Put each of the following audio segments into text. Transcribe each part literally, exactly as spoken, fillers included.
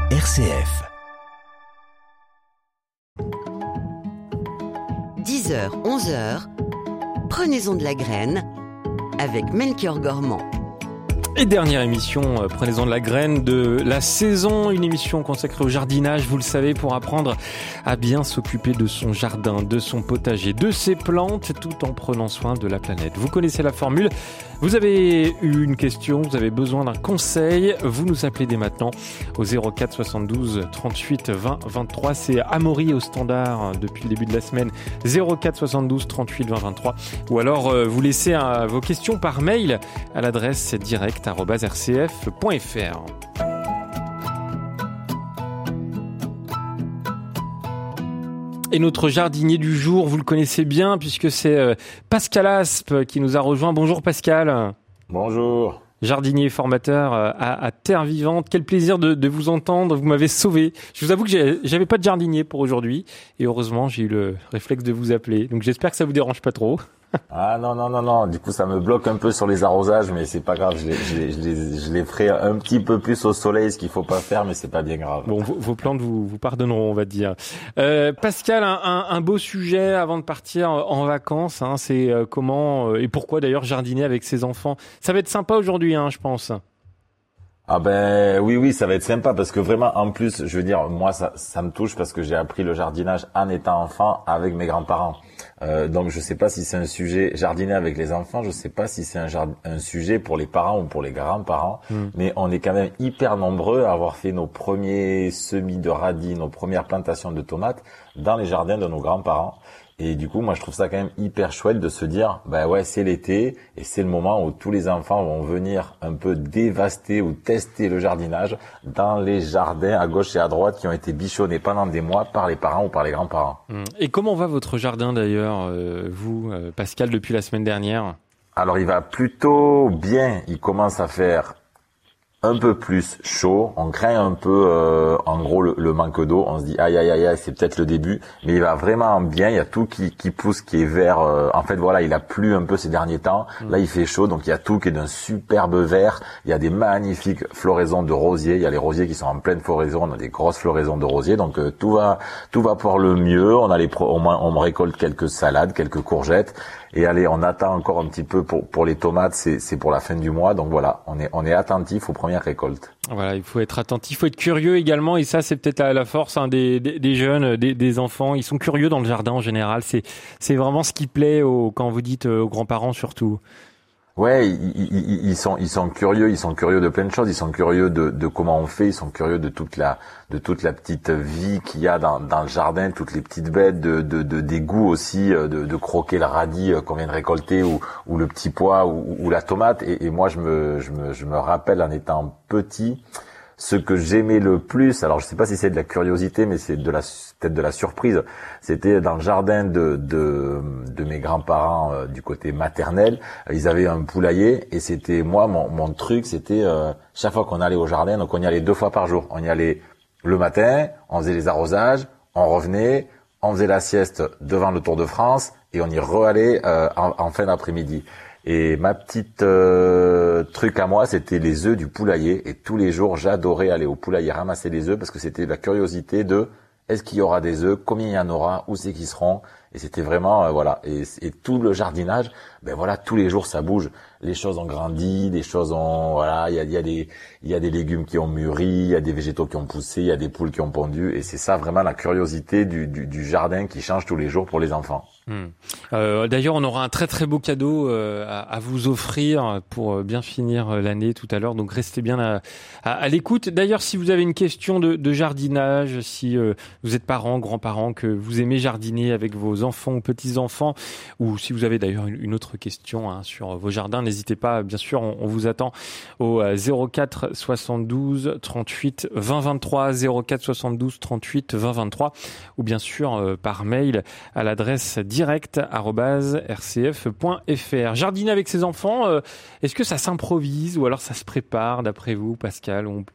R C F. dix heures, onze heures, prenez-en de la graine avec Melchior Gormand. Et dernière émission, euh, prenez-en de la graine de la saison, une émission consacrée au jardinage, vous le savez, pour apprendre à bien s'occuper de son jardin, de son potager, de ses plantes, tout en prenant soin de la planète. Vous connaissez la formule, vous avez eu une question, vous avez besoin d'un conseil, vous nous appelez dès maintenant au zéro quatre soixante-douze trente-huit vingt vingt-trois. C'est Amaury au standard depuis le début de la semaine, zéro quatre soixante-douze trente-huit vingt vingt-trois. Ou alors euh, vous laissez euh, vos questions par mail à l'adresse direct arobase r c f point f r. Et notre jardinier du jour, vous le connaissez bien puisque c'est euh, Pascal Aspe qui nous a rejoint. Bonjour Pascal. Bonjour. Jardinier formateur à, à Terre Vivante. Quel plaisir de, de vous entendre. Vous m'avez sauvé. Je vous avoue que j'ai, j'avais pas de jardinier pour aujourd'hui. Et heureusement, j'ai eu le réflexe de vous appeler. Donc j'espère que ça vous dérange pas trop. Ah non, non, non, non. Du coup, ça me bloque un peu sur les arrosages, mais c'est pas grave. Je les, je les, je les, je les ferai un petit peu plus au soleil, ce qu'il faut pas faire, mais c'est pas bien grave. Bon, vos, vos plantes vous, vous pardonneront, on va dire. Euh, Pascal, un, un, un beau sujet avant de partir en vacances, hein, c'est euh, comment euh, et pourquoi d'ailleurs jardiner avec ses enfants. Ça va être sympa aujourd'hui, hein, je pense. Ah ben oui, oui, ça va être sympa parce que vraiment, en plus, je veux dire, moi, ça, ça me touche parce que j'ai appris le jardinage en étant enfant avec mes grands-parents. Euh, donc je sais pas si c'est un sujet jardiner avec les enfants, je sais pas si c'est un, jard... un sujet pour les parents ou pour les grands-parents, mmh. mais on est quand même hyper nombreux à avoir fait nos premiers semis de radis, nos premières plantations de tomates dans les jardins de nos grands-parents. Et du coup, moi, je trouve ça quand même hyper chouette de se dire, bah ouais, c'est l'été et c'est le moment où tous les enfants vont venir un peu dévaster ou tester le jardinage dans les jardins à gauche et à droite qui ont été bichonnés pendant des mois par les parents ou par les grands-parents. Et comment va votre jardin d'ailleurs, euh, vous, euh, Pascal, depuis la semaine dernière ? Alors, il va plutôt bien. Il commence à faire un peu plus chaud, on craint un peu euh, en gros le, le manque d'eau, on se dit aïe aïe aïe aïe, c'est peut-être le début, mais il va vraiment bien, il y a tout qui, qui pousse, qui est vert, euh, en fait voilà, il a plu un peu ces derniers temps, mmh. Là il fait chaud, donc il y a tout qui est d'un superbe vert, il y a des magnifiques floraisons de rosiers, il y a les rosiers qui sont en pleine floraison, on a des grosses floraisons de rosiers, donc euh, tout va tout va pour le mieux, on a les pro- au moins on récolte quelques salades, quelques courgettes. Et allez, on attend encore un petit peu pour pour les tomates, c'est c'est pour la fin du mois. Donc voilà, on est on est attentif aux premières récoltes. Voilà, il faut être attentif, il faut être curieux également. Et ça, c'est peut-être la, la force hein, des, des des jeunes, des des enfants. Ils sont curieux dans le jardin en général. C'est c'est vraiment ce qui plaît aux, quand vous dites aux grands-parents surtout. Ouais, ils, ils, ils sont ils sont curieux, ils sont curieux de plein de choses, ils sont curieux de, de comment on fait, ils sont curieux de toute la de toute la petite vie qu'il y a dans, dans le jardin, toutes les petites bêtes, de de, de des goûts aussi, de, de croquer le radis qu'on vient de récolter ou ou le petit pois ou, ou la tomate. Et, et moi je me je me je me rappelle en étant petit, ce que j'aimais le plus, alors je sais pas si c'est de la curiosité, mais c'est de la peut-être de la surprise. C'était dans le jardin de de, de mes grands-parents euh, du côté maternel. Ils avaient un poulailler et c'était moi mon mon truc, c'était euh, chaque fois qu'on allait au jardin, donc on y allait deux fois par jour. On y allait le matin, on faisait les arrosages, on revenait, on faisait la sieste devant le Tour de France et on y re-allait euh, en, en fin d'après-midi. Et ma petite euh, truc à moi, c'était les œufs du poulailler. Et tous les jours, j'adorais aller au poulailler ramasser les œufs parce que c'était la curiosité de est-ce qu'il y aura des œufs, combien il y en aura, où c'est qu'ils seront. Et c'était vraiment euh, voilà. Et, et tout le jardinage, ben voilà, tous les jours ça bouge. Les choses ont grandi, les choses ont voilà, il y a, il y a des il y a des légumes qui ont mûri, il y a des végétaux qui ont poussé, il y a des poules qui ont pondu. Et c'est ça vraiment la curiosité du, du, du jardin qui change tous les jours pour les enfants. Mmh. Euh, d'ailleurs, on aura un très très beau cadeau euh, à, à vous offrir pour bien finir l'année tout à l'heure. Donc restez bien à, à, à l'écoute. D'ailleurs, si vous avez une question de, de jardinage, si euh, vous êtes parents, grands-parents, que vous aimez jardiner avec vos enfants ou petits-enfants, ou si vous avez d'ailleurs une, une autre question hein, sur vos jardins, n'hésitez pas. Bien sûr, on, on vous attend au zéro quatre soixante-douze trente-huit vingt vingt-trois, zéro quatre soixante-douze trente-huit vingt vingt-trois, ou bien sûr euh, par mail à l'adresse direct arobase r c f point f r. Jardiner avec ses enfants, euh, est-ce que ça s'improvise ou alors ça se prépare d'après vous, Pascal? On...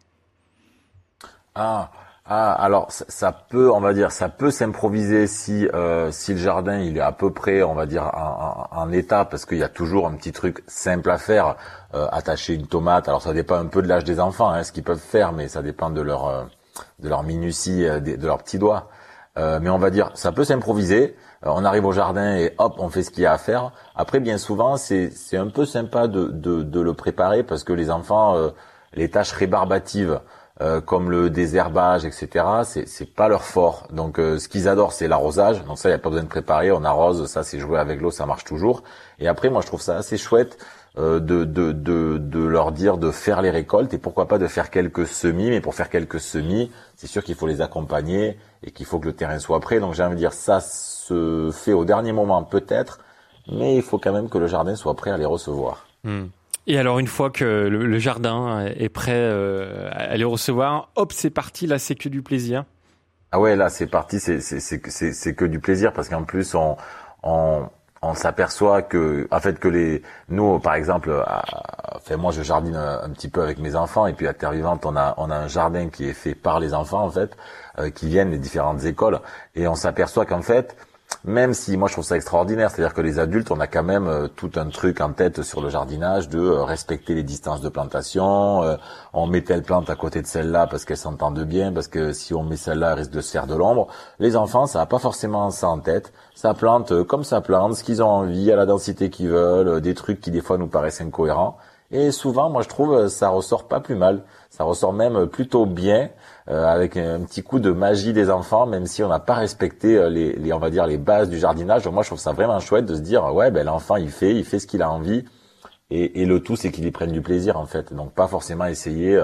Ah, ah, alors ça, ça peut, on va dire, ça peut s'improviser si euh, si le jardin il est à peu près, on va dire, en, en, en état, parce qu'il y a toujours un petit truc simple à faire, euh, attacher une tomate. Alors ça dépend un peu de l'âge des enfants, hein, ce qu'ils peuvent faire, mais ça dépend de leur euh, de leur minutie, euh, de, de leurs petits doigts. Euh, mais on va dire, ça peut s'improviser. Euh, on arrive au jardin et hop, on fait ce qu'il y a à faire. Après, bien souvent, c'est c'est un peu sympa de de, de le préparer parce que les enfants, euh, les tâches rébarbatives euh, comme le désherbage, et cetera, c'est c'est pas leur fort. Donc, euh, ce qu'ils adorent, c'est l'arrosage. Donc ça, il y a pas besoin de préparer. On arrose, ça, c'est jouer avec l'eau, ça marche toujours. Et après, moi, je trouve ça assez chouette. Euh, de, de, de, de leur dire de faire les récoltes et pourquoi pas de faire quelques semis, mais pour faire quelques semis, c'est sûr qu'il faut les accompagner et qu'il faut que le terrain soit prêt. Donc j'ai envie de dire, ça se fait au dernier moment peut-être, mais il faut quand même que le jardin soit prêt à les recevoir. Mmh. Et alors une fois que le, le jardin est prêt euh, à les recevoir, hop, c'est parti, là c'est que du plaisir. Ah ouais, là c'est parti, c'est, c'est, c'est, c'est, c'est que du plaisir parce qu'en plus on... on on s'aperçoit que, en fait, que les, nous, par exemple, à, enfin, moi, je jardine un, un petit peu avec mes enfants, et puis à Terre Vivante, on a, on a un jardin qui est fait par les enfants, en fait, euh, qui viennent des différentes écoles, et on s'aperçoit qu'en fait, même si moi je trouve ça extraordinaire, c'est-à-dire que les adultes, on a quand même euh, tout un truc en tête sur le jardinage de euh, respecter les distances de plantation, euh, on met telle plante à côté de celle-là parce qu'elles s'entendent bien, parce que si on met celle-là, elle risque de se faire de l'ombre. Les enfants, ça n'a pas forcément ça en tête, ça plante euh, comme ça plante, ce qu'ils ont envie, à la densité qu'ils veulent, euh, des trucs qui des fois nous paraissent incohérents. Et souvent, moi je trouve, ça ressort pas plus mal, ça ressort même plutôt bien, euh, avec un petit coup de magie des enfants, même si on n'a pas respecté les, les, on va dire, les bases du jardinage. Donc moi je trouve ça vraiment chouette de se dire, ouais, ben l'enfant il fait, il fait ce qu'il a envie, et, et le tout c'est qu'il y prenne du plaisir en fait. Donc pas forcément essayer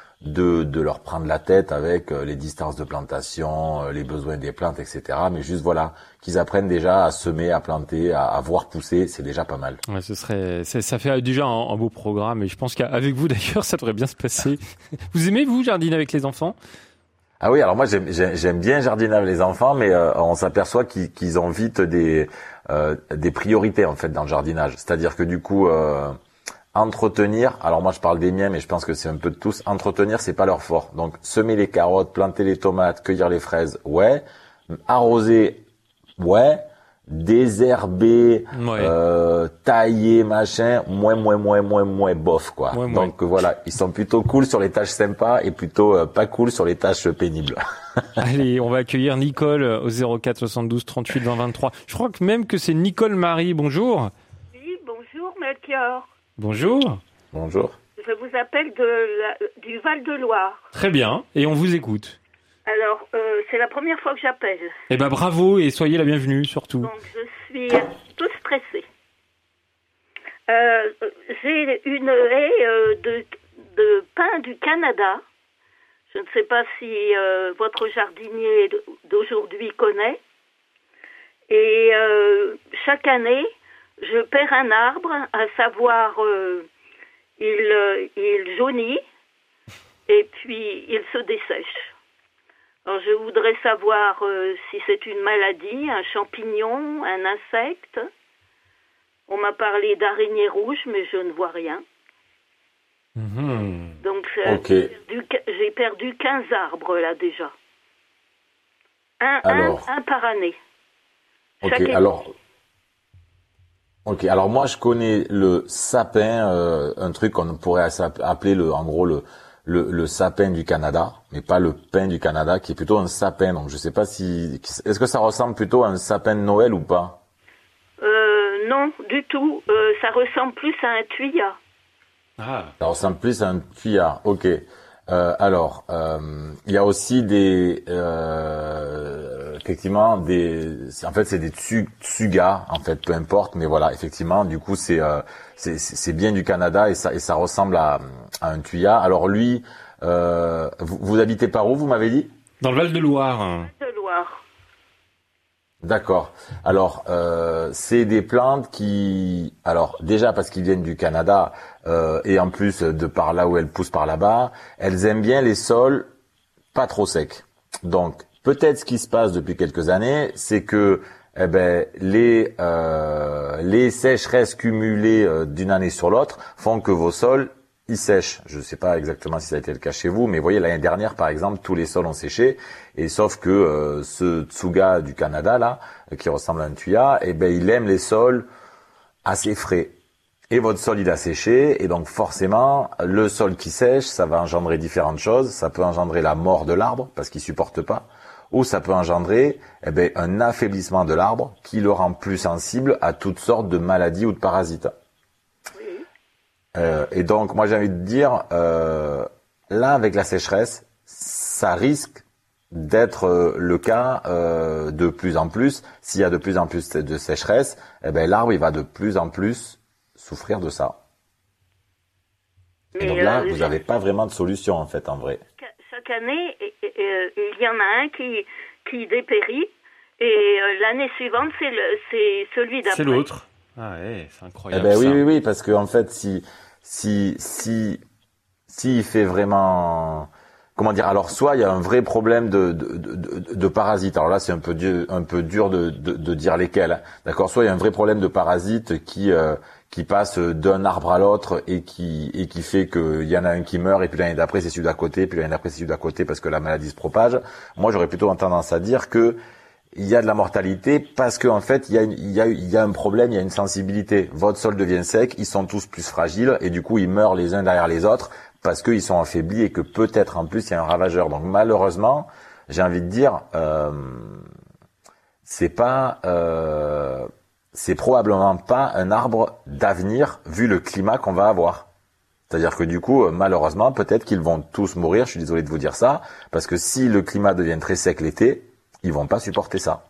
de, de leur prendre la tête avec les distances de plantation, les besoins des plantes, et cetera. Mais juste voilà, qu'ils apprennent déjà à semer, à planter, à, à voir pousser, c'est déjà pas mal. Ouais, ce serait, ça fait déjà un, un beau programme, et je pense qu'avec vous d'ailleurs, ça devrait bien se passer. Vous aimez vous jardiner avec les enfants? Ah oui, alors moi j'aime, j'aime, j'aime bien jardiner avec les enfants, mais euh, on s'aperçoit qu'ils, qu'ils ont vite des euh, des priorités en fait dans le jardinage. C'est-à-dire que du coup euh, entretenir, alors moi je parle des miens, mais je pense que c'est un peu de tous. Entretenir, c'est pas leur fort. Donc semer les carottes, planter les tomates, cueillir les fraises, ouais. Arroser, ouais. Désherber, ouais. euh, tailler, machin, moins, moins, moins, moins, moins bof, quoi. Ouais, Donc ouais. Voilà, ils sont plutôt cool sur les tâches sympas et plutôt euh, pas cool sur les tâches pénibles. Allez, on va accueillir Nicole au zéro quatre soixante-douze trente-huit vingt vingt-trois. Je crois que même que c'est Nicole Marie. Bonjour. Oui, bonjour Melchior. Bonjour. Bonjour. Je vous appelle de la, du Val-de-Loire. Très bien, et on vous écoute. Alors, euh, c'est la première fois que j'appelle. Eh ben bravo et soyez la bienvenue surtout. Donc je suis toute stressée. Euh, j'ai une haie euh, de, de pin du Canada. Je ne sais pas si euh, votre jardinier d'aujourd'hui connaît. Et euh, chaque année, je perds un arbre, à savoir, euh, il, il jaunit et puis il se dessèche. Alors, je voudrais savoir euh, si c'est une maladie, un champignon, un insecte. On m'a parlé d'araignée rouge, mais je ne vois rien. Mmh. Donc, okay. j'ai, perdu, j'ai perdu quinze arbres, là, déjà. Un, alors, un, un par année. Ok, Chaque alors... Ok, alors moi, je connais le sapin, euh, un truc qu'on pourrait appeler, le, en gros, le... Le, le sapin du Canada, mais pas le pin du Canada, qui est plutôt un sapin. Donc je sais pas si, est-ce que ça ressemble plutôt à un sapin de Noël ou pas? Euh, non, du tout. Euh, ça ressemble plus à un tuyat. Ah. Ça ressemble plus à un tuyat. Ok. Euh, alors, euh, il y a aussi des, euh, effectivement, des, en fait, c'est des tsu, tsugas, en fait, peu importe, mais voilà, effectivement, du coup, c'est, euh, c'est, c'est bien du Canada et ça, et ça ressemble à, à un tuyat. Alors lui, euh, vous, vous habitez par où, vous m'avez dit? Dans le Val-de-Loire. Val-de-Loire. D'accord. Alors, euh, c'est des plantes qui, alors déjà parce qu'ils viennent du Canada euh, et en plus de par là où elles poussent par là-bas, elles aiment bien les sols pas trop secs. Donc, peut-être ce qui se passe depuis quelques années, c'est que eh ben les euh, les sécheresses cumulées euh, d'une année sur l'autre font que vos sols ils sèchent. Je ne sais pas exactement si ça a été le cas chez vous, mais vous voyez, l'année dernière, par exemple, tous les sols ont séché, et sauf que euh, ce tsuga du Canada, là, qui ressemble à un tuya, eh ben, il aime les sols assez frais. et votre sol, il a séché, et donc forcément, le sol qui sèche, ça va engendrer différentes choses. Ça peut engendrer la mort de l'arbre, parce qu'il supporte pas, ou ça peut engendrer eh ben, un affaiblissement de l'arbre qui le rend plus sensible à toutes sortes de maladies ou de parasites. Oui. Euh, et donc, moi, j'ai envie de dire, euh, là, avec la sécheresse, ça risque d'être euh, le cas euh, de plus en plus. S'il y a de plus en plus de sécheresse, eh ben, l'arbre, il va de plus en plus souffrir de ça. Mais et donc là, euh, vous n'avez pas vraiment de solution, en fait, en vrai. Chaque année, et, et, et, il y en a un qui, qui dépérit, et euh, l'année suivante, c'est, le, c'est celui d'après. C'est l'autre. Ah ouais, c'est incroyable. Eh ben ça. oui, oui, oui, parce que en fait, si, si, si, si il fait vraiment, comment dire, alors soit il y a un vrai problème de, de, de, de parasites. Alors là, c'est un peu dur, un peu dur de, de, de dire lesquels, hein. D'accord. Soit il y a un vrai problème de parasites qui, euh, qui passe d'un arbre à l'autre et qui, et qui fait qu'il y en a un qui meurt et puis l'année d'après c'est celui d'à côté, puis l'année d'après c'est celui d'à côté parce que la maladie se propage. Moi, j'aurais plutôt tendance à dire que il y a de la mortalité parce que en fait il y a une, il y a il y a un problème, il y a une sensibilité. Votre sol devient sec, ils sont tous plus fragiles et du coup ils meurent les uns derrière les autres parce qu'ils sont affaiblis et que peut-être en plus il y a un ravageur. Donc malheureusement, j'ai envie de dire, euh, c'est pas, euh, c'est probablement pas un arbre d'avenir vu le climat qu'on va avoir. C'est-à-dire que du coup, malheureusement, peut-être qu'ils vont tous mourir. Je suis désolé de vous dire ça parce que si le climat devient très sec l'été, ils vont pas supporter ça.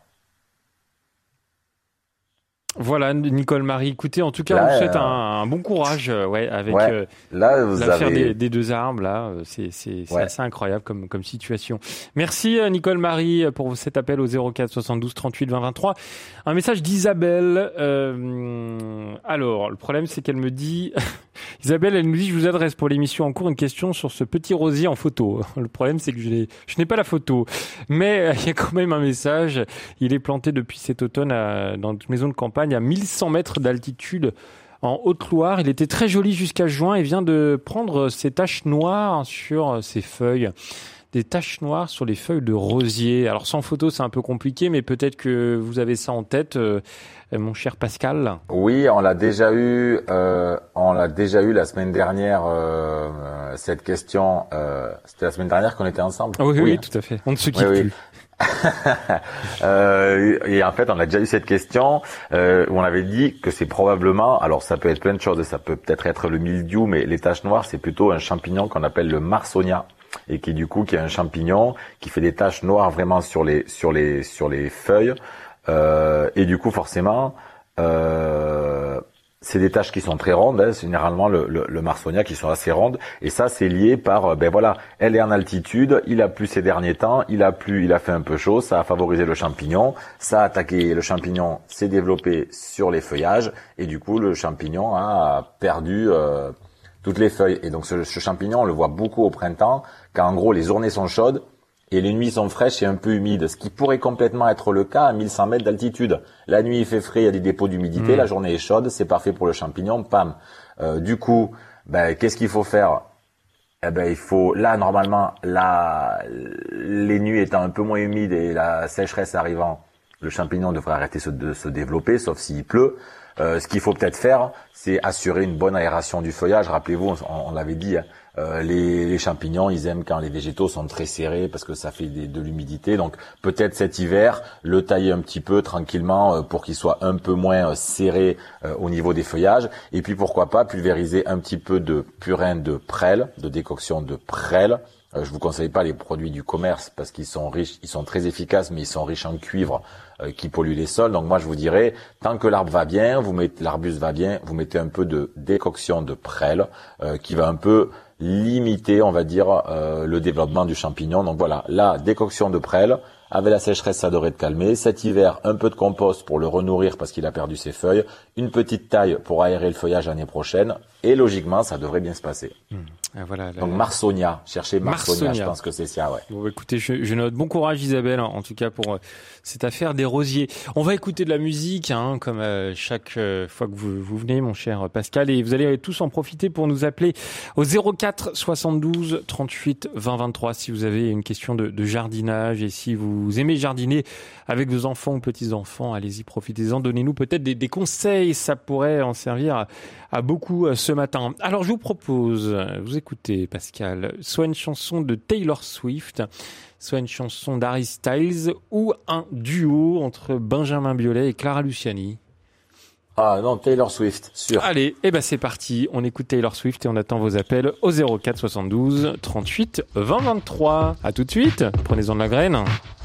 Voilà, Nicole Marie. Écoutez, en tout cas, là, on vous souhaite euh... un, un bon courage, euh, ouais, avec ouais, euh, là, vous l'affaire avez... des, des deux arbres. Là, c'est, c'est, c'est ouais. assez incroyable comme, comme situation. Merci euh, Nicole Marie pour cet appel au zéro quatre soixante-douze trente-huit vingt vingt-trois. Un message d'Isabelle. Euh, alors, le problème, c'est qu'elle me dit, Isabelle, elle nous dit, je vous adresse pour l'émission en cours une question sur ce petit rosier en photo. Le problème, c'est que je n'ai, je n'ai pas la photo, mais il y a quand même un message. Il est planté depuis cet automne à, dans une maison de campagne à mille cent mètres d'altitude en Haute-Loire. Il était très joli jusqu'à juin et vient de prendre ces taches noires sur ses feuilles. Des taches noires sur les feuilles de rosier. Alors sans photo, c'est un peu compliqué, mais peut-être que vous avez ça en tête, euh, mon cher Pascal. Oui, on l'a déjà eu. Euh, on l'a déjà eu la semaine dernière. Euh, cette question, euh, c'était la semaine dernière qu'on était ensemble. Oui, oui, oui, oui, tout à fait. On ne se quitte oui, plus. Oui. euh, et en fait, on a déjà eu cette question euh, où on avait dit que c'est probablement, alors ça peut être plein de choses, ça peut peut-être être le mildiou, mais les taches noires, c'est plutôt un champignon qu'on appelle le Marsonia et qui du coup qui est un champignon qui fait des taches noires vraiment sur les sur les sur les feuilles euh, et du coup forcément euh, c'est des taches qui sont très rondes, hein, c'est généralement le, le, le Marsonia qui sont assez rondes, et ça c'est lié par, ben voilà, elle est en altitude, il a plu ces derniers temps, il a plu, il a fait un peu chaud, ça a favorisé le champignon, ça a attaqué, le champignon s'est développé sur les feuillages, et du coup le champignon a perdu euh, toutes les feuilles. Et donc ce, ce champignon, on le voit beaucoup au printemps, quand en gros les journées sont chaudes, et les nuits sont fraîches et un peu humides, ce qui pourrait complètement être le cas à mille cent mètres d'altitude. La nuit il fait frais, il y a des dépôts d'humidité, mmh. La journée est chaude, c'est parfait pour le champignon, pam. Euh, du coup, ben, qu'est-ce qu'il faut faire ? Eh ben, il faut, là, normalement, là, les nuits étant un peu moins humides et la sécheresse arrivant, le champignon devrait arrêter de se développer, sauf s'il pleut. Euh, ce qu'il faut peut-être faire, c'est assurer une bonne aération du feuillage. Rappelez-vous, on, on l'avait dit, hein, euh, les, les champignons, ils aiment quand les végétaux sont très serrés parce que ça fait des, de l'humidité. Donc peut-être cet hiver, le tailler un petit peu tranquillement euh, pour qu'il soit un peu moins euh, serré euh, au niveau des feuillages. Et puis pourquoi pas pulvériser un petit peu de purin de prêle, de décoction de prêle. Euh, je vous conseille pas les produits du commerce parce qu'ils sont riches, ils sont très efficaces, mais ils sont riches en cuivre euh, qui pollue les sols. Donc moi je vous dirais, tant que l'arbre va bien, vous mettez l'arbuste va bien, vous mettez un peu de décoction de prêle euh, qui va un peu limiter, on va dire, euh, le développement du champignon. Donc voilà, la décoction de prêle. Avec la sécheresse, ça devrait être calmé. Cet hiver, un peu de compost pour le renourrir parce qu'il a perdu ses feuilles. Une petite taille pour aérer le feuillage l'année prochaine. Et logiquement, ça devrait bien se passer. Mmh. Ah, voilà, là, Donc Marsonia, cherchez Marsonia, Marsonia, je pense que c'est ça, ouais. Bon, écoutez, je, je note. Bon courage Isabelle, en tout cas pour euh, cette affaire des rosiers. On va écouter de la musique, hein, comme euh, chaque euh, fois que vous, vous venez, mon cher Pascal, et vous allez tous en profiter pour nous appeler au zéro quatre soixante-douze trente-huit vingt vingt-trois si vous avez une question de, de jardinage et si vous vous aimez jardiner avec vos enfants ou petits-enfants, allez-y, profitez-en. Donnez-nous peut-être des, des conseils, ça pourrait en servir à, à beaucoup ce matin. Alors, je vous propose, vous écoutez, Pascal, soit une chanson de Taylor Swift, soit une chanson d'Harry Styles, ou un duo entre Benjamin Biolay et Clara Luciani. Ah non, Taylor Swift, sûr. Allez, eh ben c'est parti. On écoute Taylor Swift et on attend vos appels au zéro quatre soixante-douze trente-huit vingt vingt-trois. À tout de suite. Prenez-en de la graine.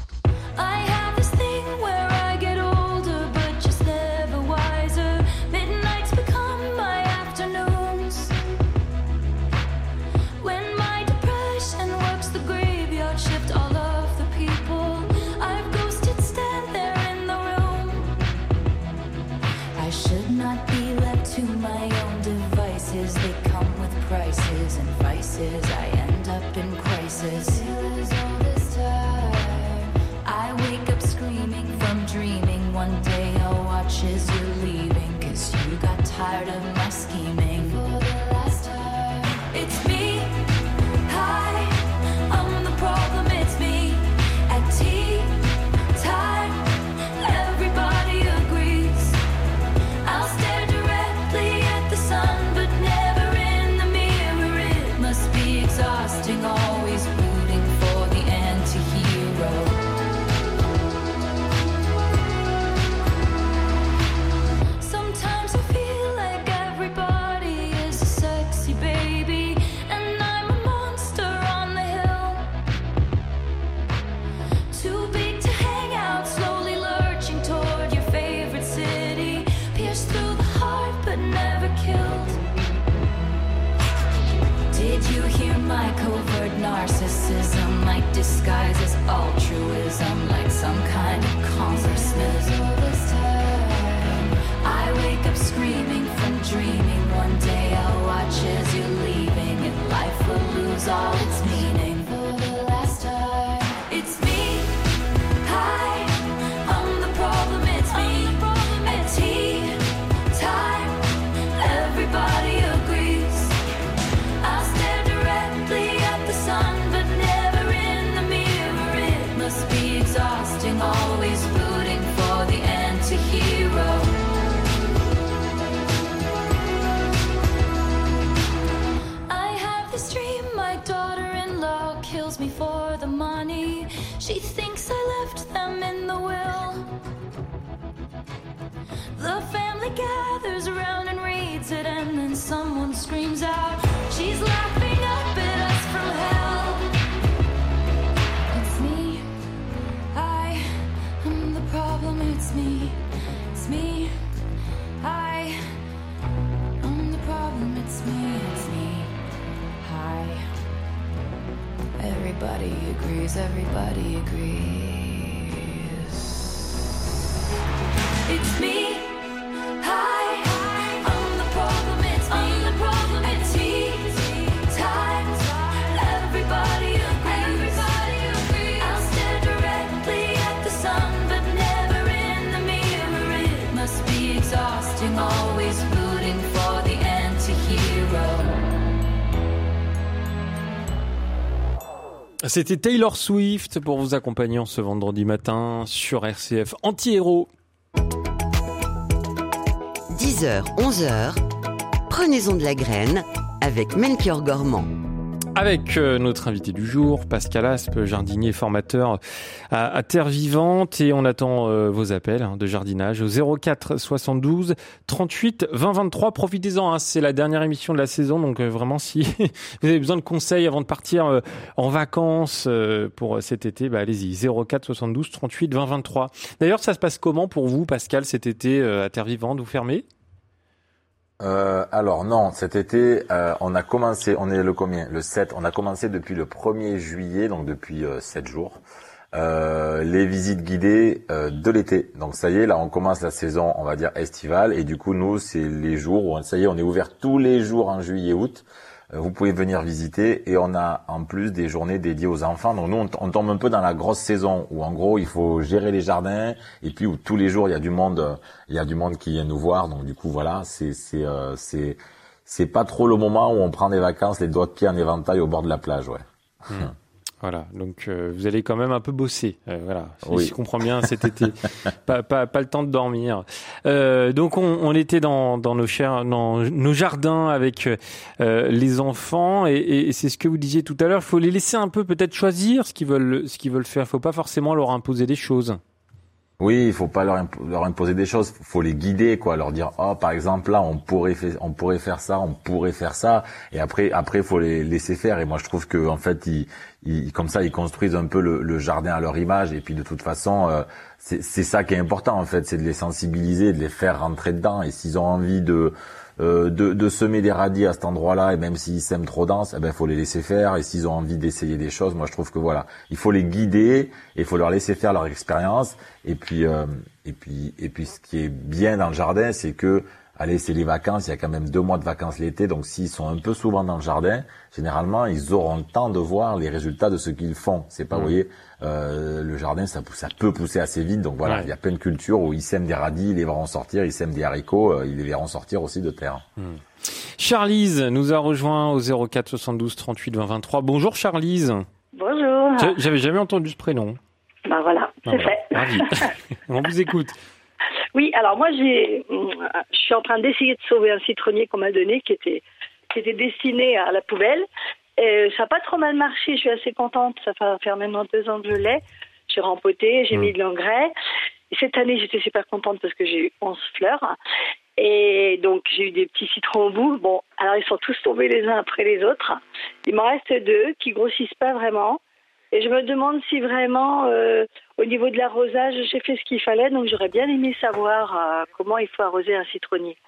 I end up in crisis. All this time, I wake up screaming from dreaming. One day I'll watch as you're leaving, 'cause you got tired of my scheming. For the last time, it's me. Hi, I'm the problem. It's me. At tea time, everybody agrees. I'll stare directly at the sun, but never in the mirror. It must be exhausting, always rooting for the anti-hero. Sometimes I feel like everybody is a sexy baby, and I'm a monster on the hill. Too big to hang out, slowly lurching toward your favorite city. Pierced through the heart, but never killed. Did you hear my covert narcissism? Like disguise as altruism, like some kind of congressman. All this time, I wake up screaming from dreaming. One day I'll watch as you're leaving, and life will lose all its meaning. For the last time, it's me. Hi, I'm the problem. It's me. At tea time, everybody agrees. I'll stare directly at the sun, but never in the mirror. It must be exhausting, always rooting for the anti-hero. I have this dream, my daughter-in-law kills me for the money. She thinks I left them in the will. The family gathers around and reads it, and then someone screams out, she's laughing up at us from hell. It's me. I am the problem. It's me. It's me. I am the problem. It's me. It's me. Hi. Everybody agrees. Everybody agrees. It's me. Hi, I'm the problem, it's me. I'm the problem, it's tea time. Everybody agrees. Everybody agrees. I'll stare directly at the sun, but never in the mirror. It must be exhausting, always rooting for the anti-hero. C'était Taylor Swift pour vous accompagner en ce vendredi matin sur R C F Anti-Héros. dix heures, onze heures, prenez-en de la graine avec Melchior Gormand. Avec euh, notre invité du jour, Pascal Aspe, jardinier formateur à, à Terre Vivante, et on attend euh, vos appels hein, de jardinage au zéro quatre soixante-douze trente-huit vingt vingt-trois. Profitez-en, hein, c'est la dernière émission de la saison, donc euh, vraiment si vous avez besoin de conseils avant de partir euh, en vacances euh, pour cet été, bah, allez-y, zéro quatre soixante-douze trente-huit vingt vingt-trois. D'ailleurs, ça se passe comment pour vous, Pascal, cet été euh, à Terre Vivante? Vous fermez? Euh, alors non, cet été, euh, on a commencé, on est le combien? Le sept, on a commencé depuis le premier juillet, donc depuis euh, sept jours, euh, les visites guidées euh, de l'été. Donc ça y est, là on commence la saison, on va dire estivale, et du coup nous, c'est les jours où, ça y est, on est ouvert tous les jours en juillet-août. Vous pouvez venir visiter, et on a en plus des journées dédiées aux enfants. Donc nous, on tombe un peu dans la grosse saison où en gros il faut gérer les jardins, et puis où tous les jours il y a du monde, il y a du monde qui vient nous voir. Donc du coup voilà, c'est c'est euh, c'est c'est pas trop le moment où on prend des vacances, les doigts de pied en éventail au bord de la plage, ouais. Mmh. Voilà, donc euh, vous allez quand même un peu bosser, euh, voilà. Si Oui. je comprends bien cet été, pas, pas pas le temps de dormir. Euh, donc on, on était dans dans nos chers, dans nos jardins avec euh, les enfants et, et c'est ce que vous disiez tout à l'heure. Il faut les laisser un peu peut-être choisir ce qu'ils veulent ce qu'ils veulent faire. Il faut pas forcément leur imposer des choses. Oui, il faut pas leur, impo- leur imposer des choses, faut les guider, quoi, leur dire, oh, par exemple, là, on pourrait faire, on pourrait faire ça, on pourrait faire ça, et après, après, faut les laisser faire. Et moi, je trouve que, en fait, ils, ils comme ça, ils construisent un peu le, le jardin à leur image. Et puis, de toute façon, euh, c'est, c'est ça qui est important, en fait, c'est de les sensibiliser, de les faire rentrer dedans. Et s'ils ont envie de Euh, de, de semer des radis à cet endroit-là, et même s'ils sèment trop dense, eh ben faut les laisser faire. Et s'ils ont envie d'essayer des choses, moi je trouve que voilà, il faut les guider et il faut leur laisser faire leur expérience. Et puis euh, et puis et puis ce qui est bien dans le jardin, c'est que allez, c'est les vacances, il y a quand même deux mois de vacances l'été, donc s'ils sont un peu souvent dans le jardin, généralement ils auront le temps de voir les résultats de ce qu'ils font. C'est pas, mmh. vous voyez, euh, le jardin ça, ça peut pousser assez vite, donc voilà, ouais. Il y a plein de cultures où ils sèment des radis, ils les verront sortir, ils sèment des haricots, euh, ils les verront sortir aussi de terre. Mmh. Charlize nous a rejoint au zéro quatre soixante-douze trente-huit vingt vingt-trois. Bonjour Charlize. Bonjour. J'avais jamais entendu ce prénom. Ben voilà, c'est ah, voilà. fait. Ravi. On vous écoute. Oui, alors moi, j'ai, je suis en train d'essayer de sauver un citronnier qu'on m'a donné, qui était, qui était destiné à la poubelle. Et ça n'a pas trop mal marché, je suis assez contente. Ça va faire maintenant deux ans que je l'ai. J'ai rempoté, j'ai mmh. mis de l'engrais. Et cette année, j'étais super contente parce que j'ai eu onze fleurs. Et donc, j'ai eu des petits citrons au bout. Bon, alors ils sont tous tombés les uns après les autres. Il m'en reste deux qui grossissent pas vraiment. Et je me demande si vraiment, euh, au niveau de l'arrosage, j'ai fait ce qu'il fallait. Donc, j'aurais bien aimé savoir euh, comment il faut arroser un citronnier.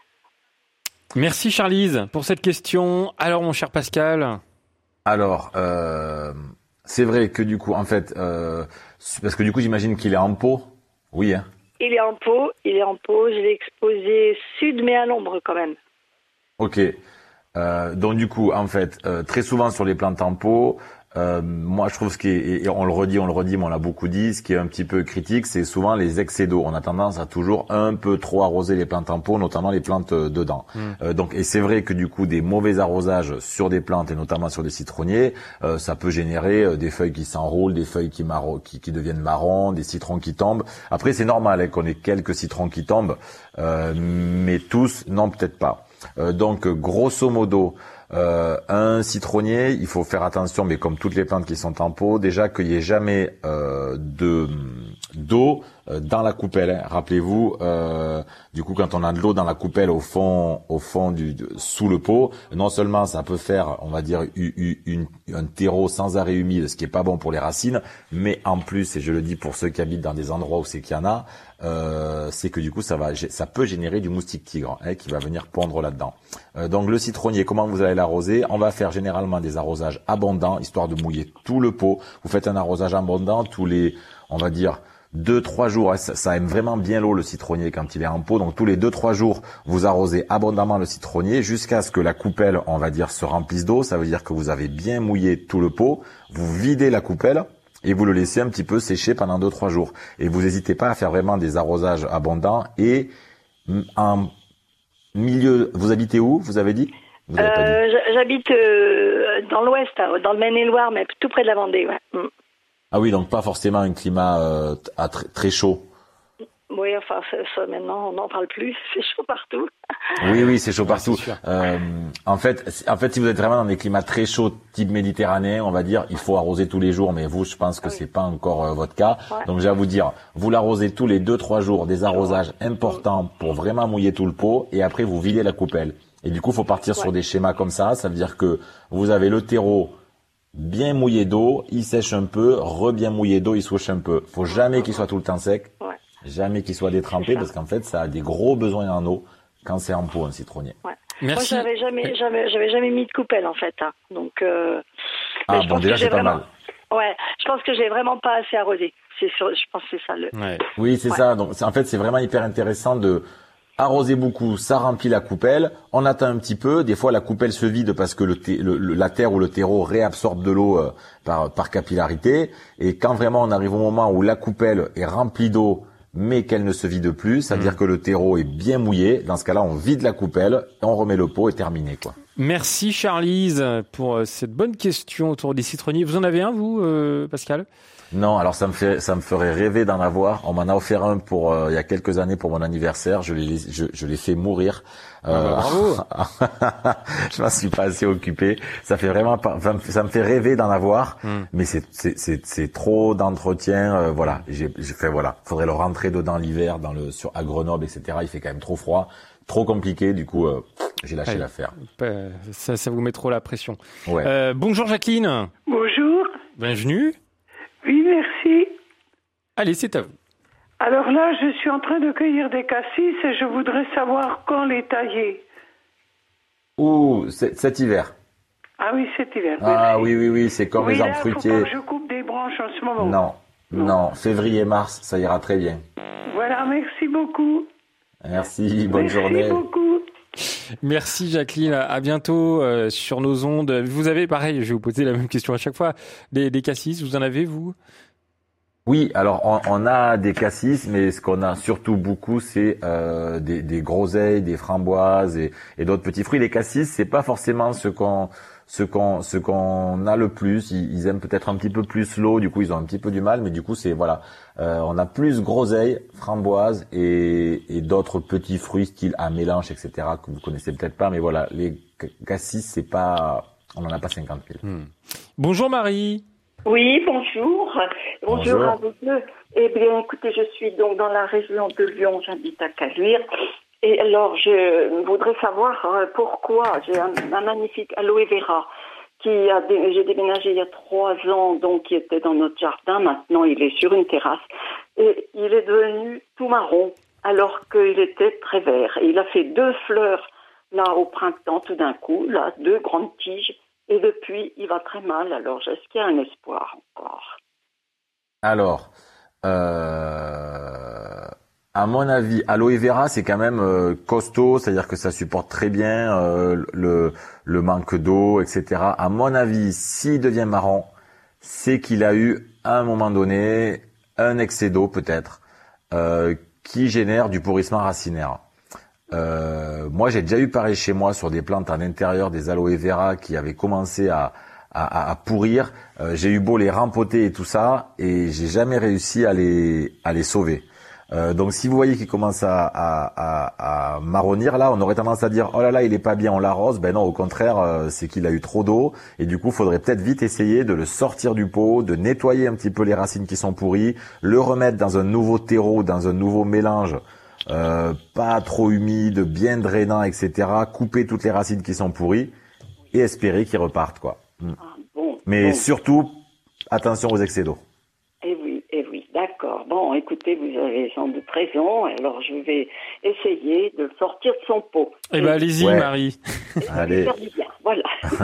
Merci Charlize pour cette question. Alors, mon cher Pascal. Alors, euh, c'est vrai que du coup, en fait, euh, parce que du coup, j'imagine qu'il est en pot. Oui, hein. Il est en pot, il est en pot. Je l'ai exposé sud, mais à l'ombre quand même. Ok. Euh, donc, du coup, en fait, euh, très souvent sur les plantes en pot, Euh, moi, je trouve ce qui est, et on le redit, on le redit, mais on l'a beaucoup dit, ce qui est un petit peu critique, c'est souvent les excès d'eau. On a tendance à toujours un peu trop arroser les plantes en pot, notamment les plantes euh, dedans. Mmh. Euh, donc, et c'est vrai que du coup, des mauvais arrosages sur des plantes et notamment sur des citronniers, euh, ça peut générer euh, des feuilles qui s'enroulent, des feuilles qui, marron, qui, qui deviennent marron, des citrons qui tombent. Après, c'est normal hein, qu'on ait quelques citrons qui tombent, euh, mais tous, non, peut-être pas. Euh, donc, grosso modo. Euh, un citronnier, il faut faire attention, mais comme toutes les plantes qui sont en pot, déjà qu'il n'y ait jamais euh, de d'eau euh, dans la coupelle. Hein. Rappelez-vous, euh, du coup, quand on a de l'eau dans la coupelle au fond, au fond du de, sous le pot, non seulement ça peut faire, on va dire, une, une, un terreau sans arrêt humide, ce qui est pas bon pour les racines, mais en plus, et je le dis pour ceux qui habitent dans des endroits où c'est qu'il y en a, euh, c'est que du coup, ça va, ça peut générer du moustique tigre hein, qui va venir pondre là-dedans. Euh, donc le citronnier, comment vous allez l'arroser? On va faire généralement des arrosages abondants, histoire de mouiller tout le pot. Vous faites un arrosage abondant tous les, on va dire, deux, trois jours. Ça, ça aime vraiment bien l'eau, le citronnier, quand il est en pot. Donc tous les deux, trois jours, vous arrosez abondamment le citronnier jusqu'à ce que la coupelle, on va dire, se remplisse d'eau. Ça veut dire que vous avez bien mouillé tout le pot. Vous videz la coupelle et vous le laissez un petit peu sécher pendant deux, trois jours. Et vous n'hésitez pas à faire vraiment des arrosages abondants. Et en milieu, vous habitez où, vous avez dit? Vous avez euh, pas dit. J'habite euh, dans l'ouest, dans le Maine-et-Loire, mais tout près de la Vendée, ouais. Mm. Ah oui, donc pas forcément un climat euh, à très, très chaud. Oui, enfin, ça, ça maintenant, on n'en parle plus. C'est chaud partout. Oui, oui, c'est chaud partout. C'est euh, en fait, en fait, si vous êtes vraiment dans des climats très chauds, type méditerranéen, on va dire, il faut arroser tous les jours. Mais vous, je pense que oui. c'est pas encore euh, votre cas. Ouais. Donc, j'ai à vous dire, vous l'arrosez tous les deux, trois jours, des arrosages importants pour vraiment mouiller tout le pot, et après vous videz la coupelle. Et du coup, faut partir ouais. sur des schémas comme ça. Ça veut dire que vous avez le terreau bien mouillé d'eau, il sèche un peu, re-bien mouillé d'eau, il souche un peu. Faut jamais qu'il soit tout le temps sec. Ouais. Jamais qu'il soit détrempé parce qu'en fait, ça a des gros besoins en eau quand c'est en pot, un citronnier. Ouais. Merci. Moi, j'avais jamais, jamais, j'avais jamais mis de coupelle en fait. Hein. Donc, euh, ah bon, déjà c'est pas vraiment... mal. Ouais, je pense que j'ai vraiment pas assez arrosé. C'est sûr, je pense que c'est ça le. Ouais. Oui, c'est ouais. ça. Donc, en fait, c'est vraiment hyper intéressant de arroser beaucoup. Ça remplit la coupelle. On attend un petit peu. Des fois, la coupelle se vide parce que le, t- le, le la terre ou le terreau réabsorbe de l'eau euh, par par capillarité. Et quand vraiment on arrive au moment où la coupelle est remplie d'eau, mais qu'elle ne se vide plus, ça veut mmh. dire que le terreau est bien mouillé. Dans ce cas-là, on vide la coupelle, on remet le pot et terminé, quoi. Merci Charlize pour cette bonne question autour des citronniers. Vous en avez un, vous, euh, Pascal? Non, alors ça me fait, ça me ferait rêver d'en avoir. On m'en a offert un pour euh, il y a quelques années pour mon anniversaire. Je l'ai, je, je l'ai fait mourir. Ah bah, bravo. Je m'en suis pas assez occupé. Ça fait vraiment, pas, ça me fait rêver d'en avoir, mm. mais c'est, c'est, c'est, c'est trop d'entretien. Euh, voilà, j'ai, j'ai fait voilà. Faudrait le rentrer dedans l'hiver, dans le, sur à Grenoble, et cetera. Il fait quand même trop froid, trop compliqué. Du coup, euh, j'ai lâché ouais. l'affaire. Ça, ça vous met trop la pression. Ouais. Euh, bonjour Jacqueline. Bonjour. Bienvenue. Oui, merci. Allez, c'est à vous. Alors là, je suis en train de cueillir des cassis et je voudrais savoir quand les tailler. Ouh, cet hiver. Ah oui, cet hiver. Ah oui, oui, oui, c'est comme oui, les arbres là, fruitiers. Faut pas que je coupe des branches en ce moment. Non, non, non. Février-mars, ça ira très bien. Voilà, merci beaucoup. Merci, bonne merci journée. Merci beaucoup. Merci Jacqueline, à bientôt euh, sur nos ondes. Vous avez, pareil, je vais vous poser la même question à chaque fois, des, des cassis, vous en avez vous? Oui, alors on, on a des cassis, mais ce qu'on a surtout beaucoup, c'est euh, des, des groseilles, des framboises et, et d'autres petits fruits. Les cassis, c'est pas forcément ce qu'on ce qu'on ce qu'on a le plus. Ils, ils aiment peut-être un petit peu plus l'eau, du coup ils ont un petit peu du mal, mais du coup c'est voilà, euh, on a plus groseilles, framboises et, et d'autres petits fruits style à mélange, et cetera que vous connaissez peut-être pas, mais voilà, les cassis, c'est pas, on en a pas cinquante mille. Hmm. Bonjour Marie. Oui, bonjour. Bonjour, bonjour à vous deux. Eh bien, écoutez, je suis donc dans la région de Lyon, j'habite à Caluire. Et alors, je voudrais savoir euh, pourquoi j'ai un, un magnifique aloe vera qui a dé, j'ai déménagé il y a trois ans, donc qui était dans notre jardin. Maintenant, il est sur une terrasse et il est devenu tout marron alors qu'il était très vert. Et il a fait deux fleurs là au printemps, tout d'un coup, là, deux grandes tiges. Et depuis, il va très mal. Alors, est-ce qu'il y a un espoir encore? Alors, euh, à mon avis, aloe vera, c'est quand même euh, costaud, c'est-à-dire que ça supporte très bien euh, le, le manque d'eau, et cetera. À mon avis, s'il devient marron, c'est qu'il a eu, à un moment donné, un excès d'eau peut-être, euh, qui génère du pourrissement racinaire. Euh, moi, j'ai déjà eu pareil chez moi sur des plantes en intérieur, des aloe vera qui avaient commencé à, à, à pourrir. Euh, j'ai eu beau les rempoter et tout ça, et j'ai jamais réussi à les, à les sauver. Euh, donc, si vous voyez qu'ils commencent à, à, à, à marronir, là, on aurait tendance à dire oh là là, il est pas bien, on l'arrose. Ben non, au contraire, euh, c'est qu'il a eu trop d'eau, et du coup, faudrait peut-être vite essayer de le sortir du pot, de nettoyer un petit peu les racines qui sont pourries, le remettre dans un nouveau terreau, dans un nouveau mélange. Euh, pas trop humide, bien drainant, et cetera. Couper toutes les racines qui sont pourries et espérer qu'ils repartent, quoi. Mm. Ah, bon, Mais bon. Surtout, attention aux excès d'eau. Eh oui, eh oui, d'accord. Bon, écoutez, vous avez sans doute raison. Alors, je vais essayer de le sortir de son pot. Eh ben, allez-y, ouais. Marie. Allez. Bien, voilà.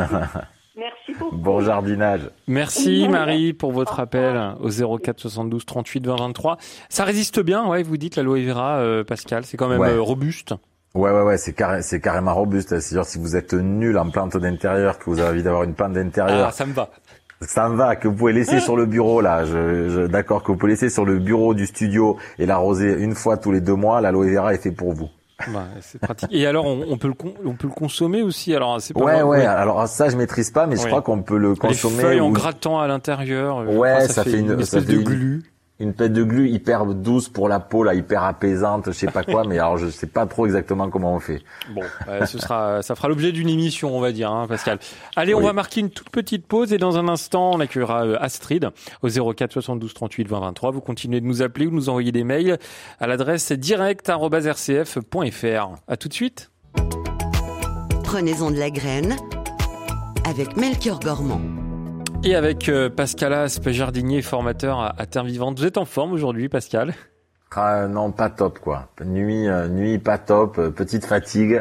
Merci beaucoup. Bon jardinage. Merci Marie pour votre appel au zéro quatre soixante-douze trente-huit vingt vingt-trois. Ça résiste bien, ouais, vous dites l'aloe vera, euh, Pascal, c'est quand même ouais. euh, robuste. Ouais, ouais, ouais, c'est carré, c'est carrément robuste. C'est-à-dire si vous êtes nul en plante d'intérieur, que vous avez envie d'avoir une plante d'intérieur. Ah, ça me va. Ça me va, que vous pouvez laisser sur le bureau, là. Je, je, d'accord, que vous pouvez laisser sur le bureau du studio et l'arroser une fois tous les deux mois. L'aloe vera est fait pour vous. Bah, c'est pratique. Et alors, on, on peut le on peut le consommer aussi. Alors, c'est pas ouais, vrai, ouais, ouais. Alors ça, je maîtrise pas, mais je oui. crois qu'on peut le consommer. Les feuilles ou... en grattant à l'intérieur. Ouais, crois, ça, ça fait, fait une, une, espèce ça fait de une, glu. Une pète de glu hyper douce pour la peau, là, hyper apaisante, je sais pas quoi, mais alors je sais pas trop exactement comment on fait. Bon, euh, ce sera, ça fera l'objet d'une émission, on va dire, hein, Pascal. Allez, oui. on va marquer une toute petite pause et dans un instant, on accueillera euh, Astrid au zéro quatre soixante-douze trente-huit vingt vingt-trois. Vous continuez de nous appeler ou nous envoyer des mails à l'adresse direct arobase r c f point f r. À tout de suite. Prenez-en de la graine avec Melchior Gormand. Et avec euh, Pascal Aspe, jardinier et formateur à, à Terre Vivante. Vous êtes en forme aujourd'hui, Pascal? Ah non, pas top, quoi. Nuit, euh, nuit pas top, euh, petite fatigue.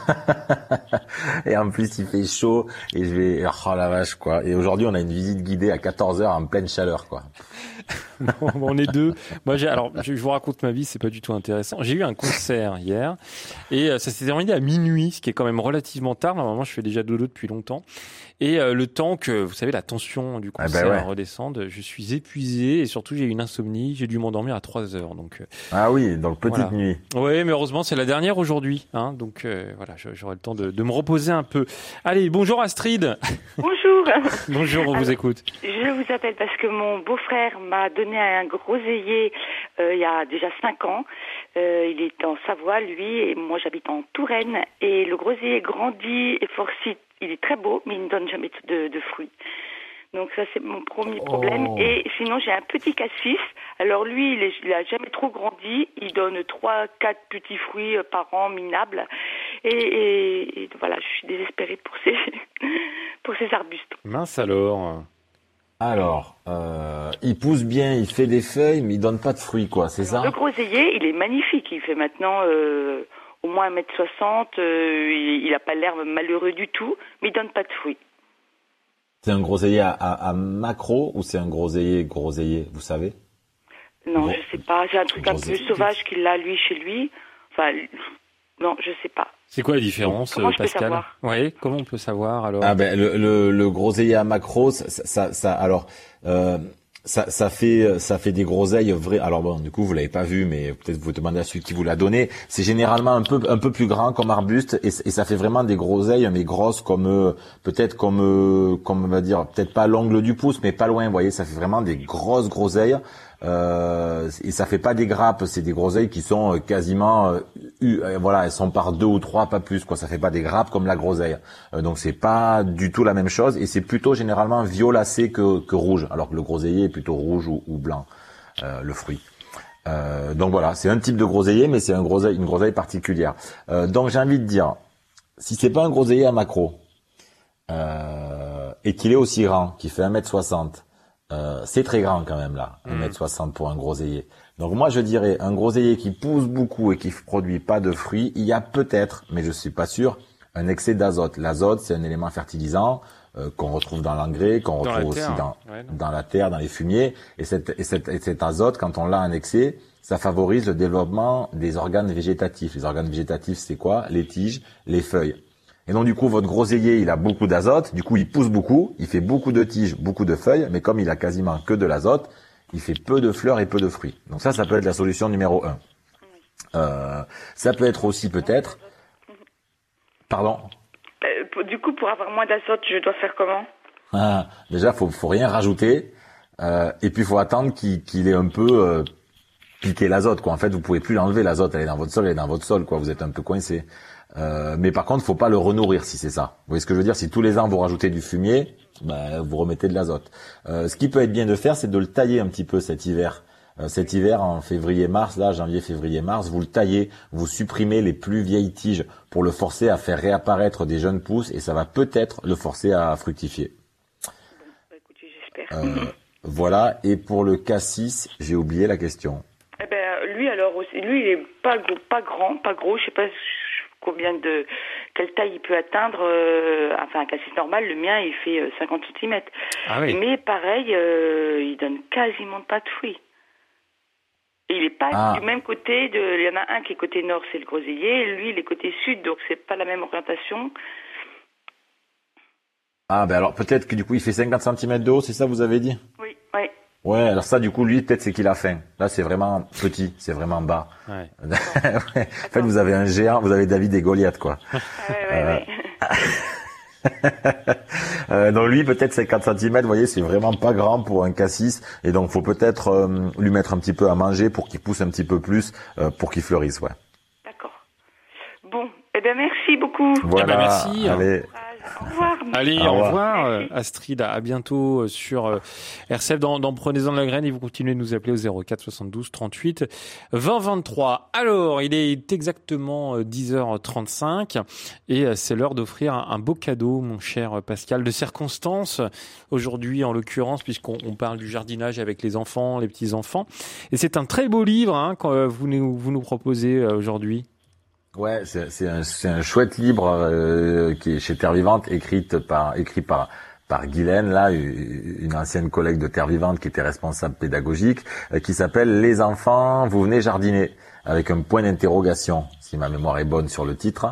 Et en plus, il fait chaud et je vais... Oh la vache, quoi. Et aujourd'hui, on a une visite guidée à quatorze heures en pleine chaleur, quoi. Bon, on est deux. Moi, j'ai, alors, je, je vous raconte ma vie, c'est pas du tout intéressant. J'ai eu un concert hier et euh, ça s'est terminé à minuit, ce qui est quand même relativement tard. Normalement, je fais déjà dodo depuis longtemps. Et euh, le temps que, vous savez, la tension du concert ah ben ouais. redescende, je suis épuisé et surtout j'ai eu une insomnie. J'ai dû m'endormir à trois heures. Donc euh, ah oui, donc petite voilà. nuit. Oui, mais heureusement c'est la dernière aujourd'hui, hein. Donc euh, voilà, j'aurai le temps de, de me reposer un peu. Allez, bonjour Astrid. Bonjour. Bonjour, on Alors, vous écoute. Je vous appelle parce que mon beau-frère m'a donné un groseillier euh, il y a déjà cinq ans. Euh, il est en Savoie, lui, et moi j'habite en Touraine. Et le groseillier grandit et forcit. Il est très beau, mais il ne donne jamais de, de fruits. Donc ça, c'est mon premier problème. Oh. Et sinon, j'ai un petit cassis. Alors lui, il, est, il a jamais trop grandi. Il donne trois, quatre petits fruits par an minables. Et, et, et voilà, je suis désespérée pour ces, pour ces arbustes. Mince alors. Alors, euh, il pousse bien, il fait des feuilles, mais il donne pas de fruits, quoi, c'est ça? Le groseillier, il est magnifique. Il fait maintenant euh, au moins un mètre soixante. Euh, il n'a pas l'air malheureux du tout, mais il donne pas de fruits. C'est un groseillier à, à, à macro ou c'est un groseillier groseillier, vous savez? Non, Gros... je sais pas. C'est un truc un peu sauvage qu'il a, lui, chez lui. Enfin, non, je sais pas. C'est quoi la différence, comment je Pascal? peux savoir? Oui, comment on peut savoir alors? Ah ben le, le, le groseillier à macro, ça, ça, ça alors euh, ça, ça fait ça fait des groseilles vraies. Alors bon, du coup vous l'avez pas vu, mais peut-être vous demandez à celui qui vous l'a donné. C'est généralement un peu un peu plus grand comme arbuste et, et ça fait vraiment des groseilles, mais grosses comme euh, peut-être comme euh, comme on va dire peut-être pas l'ongle du pouce, mais pas loin. Vous voyez, ça fait vraiment des grosses groseilles. Euh, et ça fait pas des grappes, c'est des groseilles qui sont quasiment, euh, euh, voilà, elles sont par deux ou trois, pas plus, quoi. Ça fait pas des grappes comme la groseille. Euh, donc c'est pas du tout la même chose et c'est plutôt généralement violacé que, que rouge, alors que le groseillier est plutôt rouge ou, ou blanc, euh, le fruit. Euh, donc voilà, c'est un type de groseillier, mais c'est un groseille, une groseille particulière. Euh, donc j'ai envie de dire, si c'est pas un groseillier à macro euh, et qu'il est aussi grand, qu'il fait un mètre soixante. Euh, c'est très grand quand même là, un mètre soixante pour un groseillier. Donc moi je dirais un groseillier qui pousse beaucoup et qui produit pas de fruits, il y a peut-être, mais je suis pas sûr, un excès d'azote. L'azote c'est un élément fertilisant euh, qu'on retrouve dans l'engrais, qu'on Dans retrouve la aussi terre, dans, ouais, dans la terre, dans les fumiers. Et, cette, et, cette, et cet azote, quand on l'a en excès, ça favorise le développement des organes végétatifs. Les organes végétatifs c'est quoi? Les tiges, les feuilles. Et donc du coup, votre groseillier, il a beaucoup d'azote, du coup il pousse beaucoup, il fait beaucoup de tiges, beaucoup de feuilles, mais comme il a quasiment que de l'azote, il fait peu de fleurs et peu de fruits. Donc ça, ça peut être la solution numéro un. Euh, ça peut être aussi peut-être... Pardon? euh, Du coup, pour avoir moins d'azote, je dois faire comment? Ah, déjà, faut, faut rien rajouter, euh, et puis il faut attendre qu'il, qu'il ait un peu euh, piqué l'azote, quoi. En fait, vous pouvez plus l'enlever, l'azote, elle est dans votre sol, elle est dans votre sol, quoi. Vous êtes un peu coincé. Euh, mais par contre, faut pas le renourrir si c'est ça. Vous voyez ce que je veux dire? Si tous les ans vous rajoutez du fumier, bah, vous remettez de l'azote. Euh, ce qui peut être bien de faire, c'est de le tailler un petit peu cet hiver. Euh, cet hiver, en février-mars, là, janvier, février-mars, vous le taillez, vous supprimez les plus vieilles tiges pour le forcer à faire réapparaître des jeunes pousses et ça va peut-être le forcer à fructifier. Bon, bah, écoutez, j'espère. Euh, voilà. Et pour le cassis, j'ai oublié la question. Eh ben, lui alors aussi, lui il est pas gros, pas grand, pas gros, je sais pas combien de quelle taille il peut atteindre. Euh, enfin, un cassis normal, le mien il fait euh, cinquante centimètres. Ah oui. Mais pareil, euh, il donne quasiment pas de fruits. Et il est pas Ah. du même côté. De, il y en a un qui est côté nord, c'est le groseillier. Et lui, il est côté sud, donc c'est pas la même orientation. Ah ben alors peut-être que du coup il fait cinquante centimètres de haut, c'est ça vous avez dit? Oui, oui. Ouais, alors ça, du coup, lui, peut-être c'est qu'il a faim. Là, c'est vraiment petit, c'est vraiment bas. Ouais. Ouais. En fait, vous avez un géant, vous avez David et Goliath, quoi. Ouais, ouais, ouais. euh, donc lui, peut-être cinquante centimètres, vous voyez, c'est vraiment pas grand pour un cassis. Et donc, faut peut-être euh, lui mettre un petit peu à manger pour qu'il pousse un petit peu plus, euh, pour qu'il fleurisse, ouais. D'accord. Bon, eh ben merci beaucoup. Voilà. Eh ben, merci. Allez. Au revoir. Allez, Au au revoir. revoir, euh, Astrid. À bientôt euh, sur euh, R C F dans, dans Prenez-en de la graine et vous continuez de nous appeler au zéro quatre soixante-douze trente-huit vingt vingt-trois. Alors, il est exactement euh, dix heures trente-cinq et euh, c'est l'heure d'offrir un, un beau cadeau, mon cher Pascal, de circonstance. Aujourd'hui, en l'occurrence, puisqu'on on parle du jardinage avec les enfants, les petits-enfants. Et c'est un très beau livre hein, que euh, vous nous, vous nous proposez euh, aujourd'hui. Ouais, c'est, c'est, un, c'est un chouette livre euh, qui est chez Terre Vivante, écrite par, écrit par par Guylaine, là, une ancienne collègue de Terre Vivante qui était responsable pédagogique, euh, qui s'appelle « Les enfants, vous venez jardiner », avec un point d'interrogation, si ma mémoire est bonne sur le titre,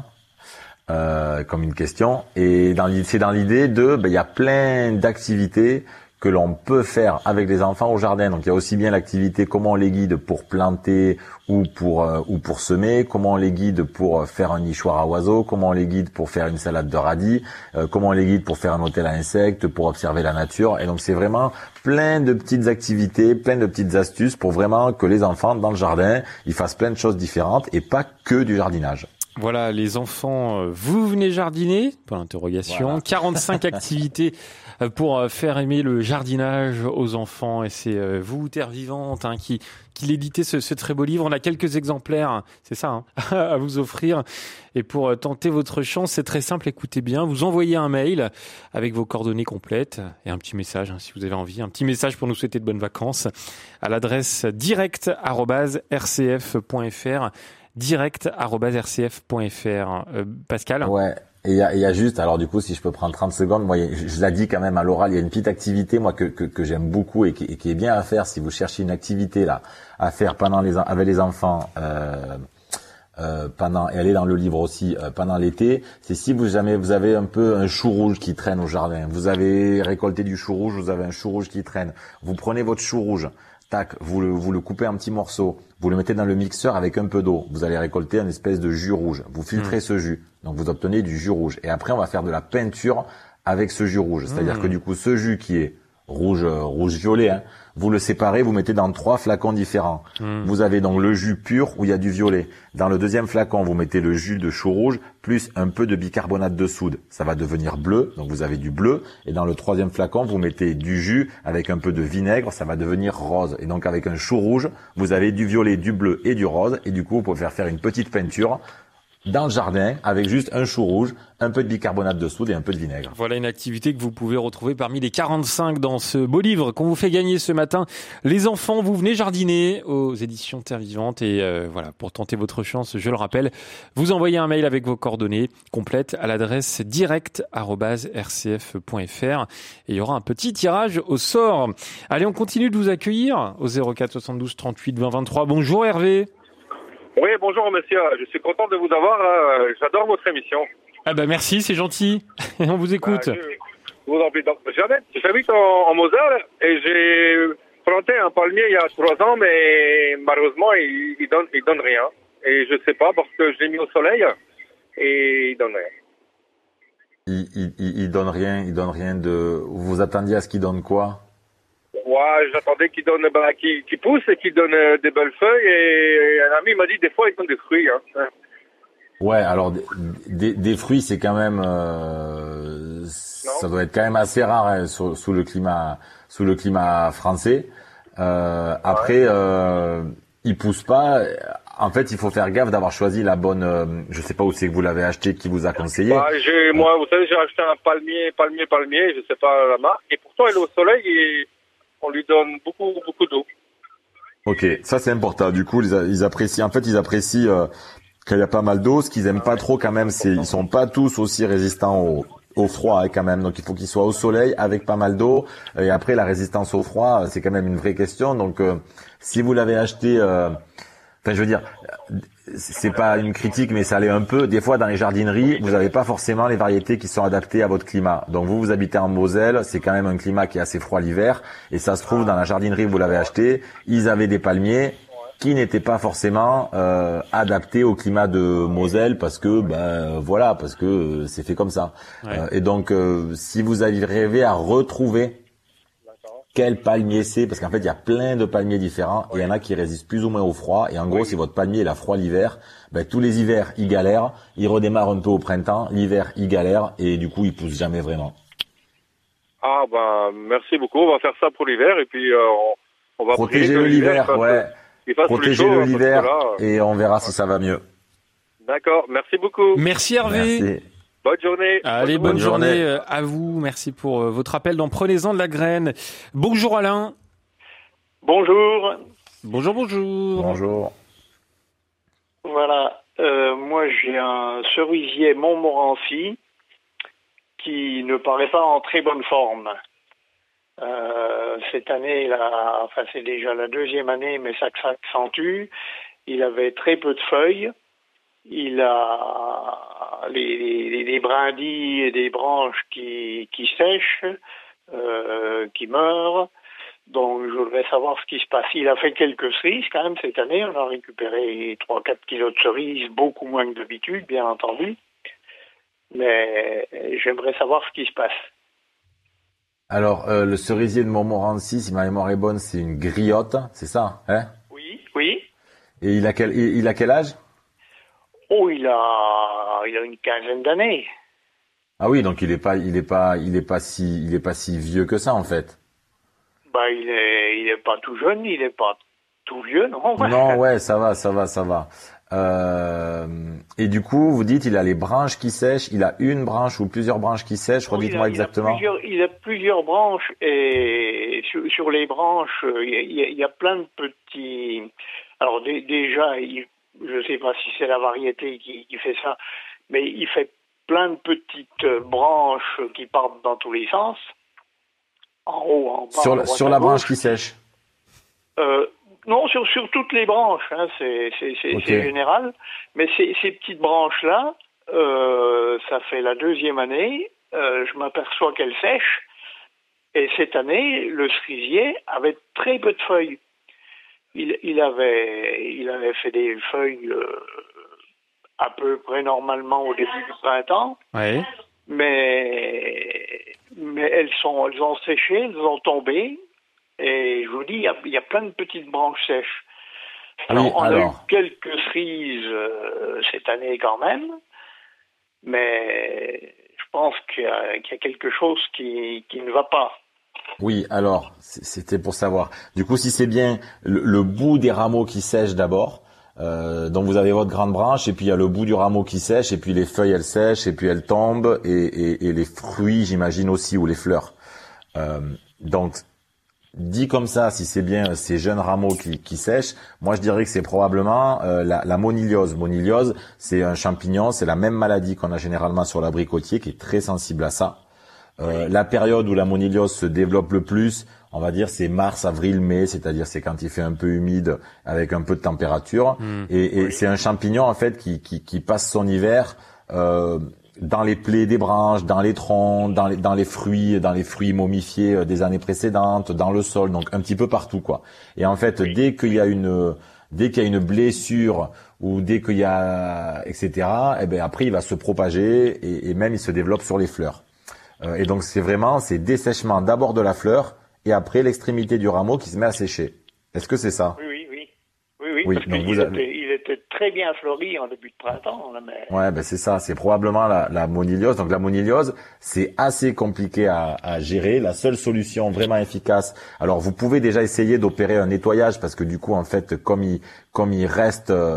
euh, comme une question. Et dans, c'est dans l'idée de, ben, il y a plein d'activités que l'on peut faire avec les enfants au jardin. Donc il y a aussi bien l'activité comment on les guide pour planter ou pour euh, ou pour semer, comment on les guide pour faire un nichoir à oiseaux, comment on les guide pour faire une salade de radis, euh, comment on les guide pour faire un hôtel à insectes, pour observer la nature. Et donc c'est vraiment plein de petites activités, plein de petites astuces pour vraiment que les enfants dans le jardin, ils fassent plein de choses différentes et pas que du jardinage. Voilà, les enfants, vous venez jardiner, pour l'interrogation, voilà. quarante-cinq activités pour faire aimer le jardinage aux enfants. Et c'est vous, Terre Vivante, hein, qui, qui l'éditez ce, ce très beau livre. On a quelques exemplaires, c'est ça, hein, à vous offrir. Et pour tenter votre chance, c'est très simple, écoutez bien. Vous envoyez un mail avec vos coordonnées complètes et un petit message, hein, si vous avez envie. Un petit message pour nous souhaiter de bonnes vacances à l'adresse direct arobase r c f point f r. direct arobase r c f point f r. Euh, Pascal? Ouais. Et il y a, y a juste, alors du coup, si je peux prendre trente secondes, moi, je, je l'ai dit quand même à l'oral, il y a une petite activité, moi, que, que, que j'aime beaucoup et qui, et qui est bien à faire si vous cherchez une activité, là, à faire pendant les, avec les enfants, euh, euh, pendant, et elle est dans le livre aussi, euh, pendant l'été, c'est si vous jamais, vous avez un peu un chou rouge qui traîne au jardin. Vous avez récolté du chou rouge, vous avez un chou rouge qui traîne. Vous prenez votre chou rouge. Tac, vous le, vous le coupez en petits morceaux, vous le mettez dans le mixeur avec un peu d'eau, vous allez récolter une espèce de jus rouge, vous filtrez mmh. ce jus, donc vous obtenez du jus rouge. Et après, on va faire de la peinture avec ce jus rouge, c'est-à-dire mmh. que du coup, ce jus qui est rouge, euh, rouge-violet, hein, vous le séparez, vous mettez dans trois flacons différents. Mmh. Vous avez donc le jus pur où il y a du violet. Dans le deuxième flacon, vous mettez le jus de chou rouge plus un peu de bicarbonate de soude. Ça va devenir bleu, donc vous avez du bleu. Et dans le troisième flacon, vous mettez du jus avec un peu de vinaigre, ça va devenir rose. Et donc avec un chou rouge, vous avez du violet, du bleu et du rose. Et du coup, vous pouvez faire faire une petite peinture dans le jardin avec juste un chou rouge, un peu de bicarbonate de soude et un peu de vinaigre. Voilà une activité que vous pouvez retrouver parmi les quarante-cinq dans ce beau livre qu'on vous fait gagner ce matin. Les enfants, vous venez jardiner aux éditions Terre Vivante et euh, voilà, pour tenter votre chance, je le rappelle, vous envoyez un mail avec vos coordonnées complètes à l'adresse direct arobase r c f point f r et il y aura un petit tirage au sort. Allez, on continue de vous accueillir au zéro quatre soixante-douze trente-huit vingt vingt-trois. Bonjour Hervé. Oui, bonjour monsieur, je suis content de vous avoir, euh, j'adore votre émission. Ah bah merci, c'est gentil, on vous écoute. Bah, je vous en prie. Donc, j'habite en, en Moselle et j'ai planté un palmier il y a trois ans, mais malheureusement il, il donne, il donne rien. Et je sais pas parce que je l'ai mis au soleil et il donne rien. Il, il, il donne rien, il donne rien de... Vous attendiez à ce qu'il donne quoi? Ouais, j'attendais qu'il donne, bah, qu'il, qu'il pousse et qu'il donne euh, des belles feuilles. Et, et un ami m'a dit des fois il donne des fruits. Hein. Ouais, alors des, des, des fruits c'est quand même, euh, ça doit être quand même assez rare hein, sous, sous le climat, sous le climat français. Euh, après, ouais. euh, il pousse pas. En fait, il faut faire gaffe d'avoir choisi la bonne. Euh, je sais pas où c'est que vous l'avez acheté, qui vous a conseillé. Bah, j'ai, moi, vous savez, j'ai acheté un palmier, palmier, palmier. Je sais pas la marque. Et pourtant, il est au soleil et on lui donne beaucoup, beaucoup d'eau. Ok, ça c'est important. Du coup, ils, ils apprécient. En fait, ils apprécient euh, qu'il y a pas mal d'eau. Ce qu'ils aiment pas trop, quand même, c'est ils sont pas tous aussi résistants au, au froid, hein, quand même. Donc, il faut qu'ils soient au soleil avec pas mal d'eau. Et après, la résistance au froid, c'est quand même une vraie question. Donc, euh, si vous l'avez acheté, euh, enfin, je veux dire, c'est pas une critique, mais ça l'est un peu. Des fois, dans les jardineries, vous n'avez pas forcément les variétés qui sont adaptées à votre climat. Donc, vous, vous habitez en Moselle, c'est quand même un climat qui est assez froid l'hiver. Et ça se trouve, dans la jardinerie, vous l'avez acheté, ils avaient des palmiers qui n'étaient pas forcément euh, adaptés au climat de Moselle parce que, ben voilà, parce que euh, c'est fait comme ça. Ouais. Euh, et donc, euh, si vous arrivez à retrouver quel palmier c'est, parce qu'en fait il y a plein de palmiers différents, et il y en a qui résistent plus ou moins au froid, et en gros oui. si votre palmier il a froid l'hiver, ben, tous les hivers il galère, il redémarre un peu au printemps, l'hiver il galère, et du coup il pousse jamais vraiment. Ah ben merci beaucoup, on va faire ça pour l'hiver, et puis euh, on, on va protéger le l'hiver, l'hiver ouais, protéger le l'hiver, là, et on verra ouais. si ça va mieux. D'accord, merci beaucoup. Merci Hervé. Merci. Bonne journée. Allez, bonne, bonne journée. journée à vous. Merci pour votre appel dans Prenez-en de la graine. Bonjour Alain. Bonjour. Bonjour, bonjour. Bonjour. Voilà, euh, moi j'ai un cerisier Montmorency qui ne paraît pas en très bonne forme. Euh, cette année, là, enfin c'est déjà la deuxième année, mais ça s'accentue. Il avait très peu de feuilles. Il a les, les, les brindilles et des branches qui, qui sèchent, euh, qui meurent. Donc je voudrais savoir ce qui se passe. Il a fait quelques cerises quand même cette année. On a récupéré trois à quatre kilos de cerises, beaucoup moins que d'habitude, bien entendu. Mais j'aimerais savoir ce qui se passe. Alors, euh, le cerisier de Montmorency, si ma mémoire est bonne, c'est une griotte, c'est ça, hein? Oui, oui. Et il a quel, il, il a quel âge? Oh, il a, il a une quinzaine d'années. Ah oui, donc il est pas, il est pas, il est pas si, il est pas si vieux que ça en fait. Bah, il est, il est pas tout jeune, il est pas tout vieux, non? Non, ouais, ça va, ça va, ça va. Euh, et du coup, vous dites, il a les branches qui sèchent. Il a une branche ou plusieurs branches qui sèchent. Redites-moi exactement. Il a, plusieurs, il a plusieurs branches et sur, sur les branches, il y, a, il y a plein de petits. Alors d- déjà, il, je sais pas si c'est la variété qui, qui fait ça, mais il fait plein de petites branches qui partent dans tous les sens. En haut, en bas. Sur la, sur la branche qui sèche. Euh, non, sur, sur toutes les branches, hein, c'est, c'est, c'est, okay. c'est général. Mais ces, ces petites branches-là, euh, ça fait la deuxième année, euh, je m'aperçois qu'elles sèchent. Et cette année, le cerisier avait très peu de feuilles. Il, il avait, il avait fait des feuilles euh, à peu près normalement au début du printemps. Oui. Mais, mais elles sont, elles ont séché, elles ont tombé. Et je vous dis, il y a, il y a plein de petites branches sèches. Alors, oui, on alors. a eu quelques cerises euh, cette année quand même, mais je pense qu'il y a, qu'il y a quelque chose qui, qui ne va pas. Oui, alors, c'était pour savoir. Du coup, si c'est bien le, le bout des rameaux qui sèchent d'abord, euh, donc vous avez votre grande branche, et puis il y a le bout du rameau qui sèche, et puis les feuilles elles sèchent, et puis elles tombent, et, et, et les fruits, j'imagine aussi, ou les fleurs. Euh, donc, dit comme ça, si c'est bien ces jeunes rameaux qui, qui sèchent, moi je dirais que c'est probablement euh, la, la moniliose. Moniliose, c'est un champignon, c'est la même maladie qu'on a généralement sur l'abricotier, qui est très sensible à ça. Euh, la période où la moniliose se développe le plus, on va dire, c'est mars, avril, mai, c'est-à-dire c'est quand il fait un peu humide avec un peu de température. Mmh. Et, et oui. c'est un champignon en fait qui, qui, qui passe son hiver euh, dans les plaies des branches, dans les troncs, dans les, dans les fruits, dans les fruits momifiés des années précédentes, dans le sol, donc un petit peu partout quoi. Et en fait, oui. dès qu'il y a une dès qu'il y a une blessure ou dès qu'il y a et cetera, eh ben après il va se propager et, et même il se développe sur les fleurs. Euh, et donc c'est vraiment c'est dessèchement d'abord de la fleur et après l'extrémité du rameau qui se met à sécher. Est-ce que c'est ça? Oui, oui, oui, oui, oui, oui parce qu'il vous avez... était, il était très bien fleuri en début de printemps. Là, mais... Ouais, ben c'est ça, c'est probablement la, la moniliose. Donc la moniliose, c'est assez compliqué à, à gérer. La seule solution vraiment efficace, alors vous pouvez déjà essayer d'opérer un nettoyage parce que du coup, en fait, comme il comme il reste euh,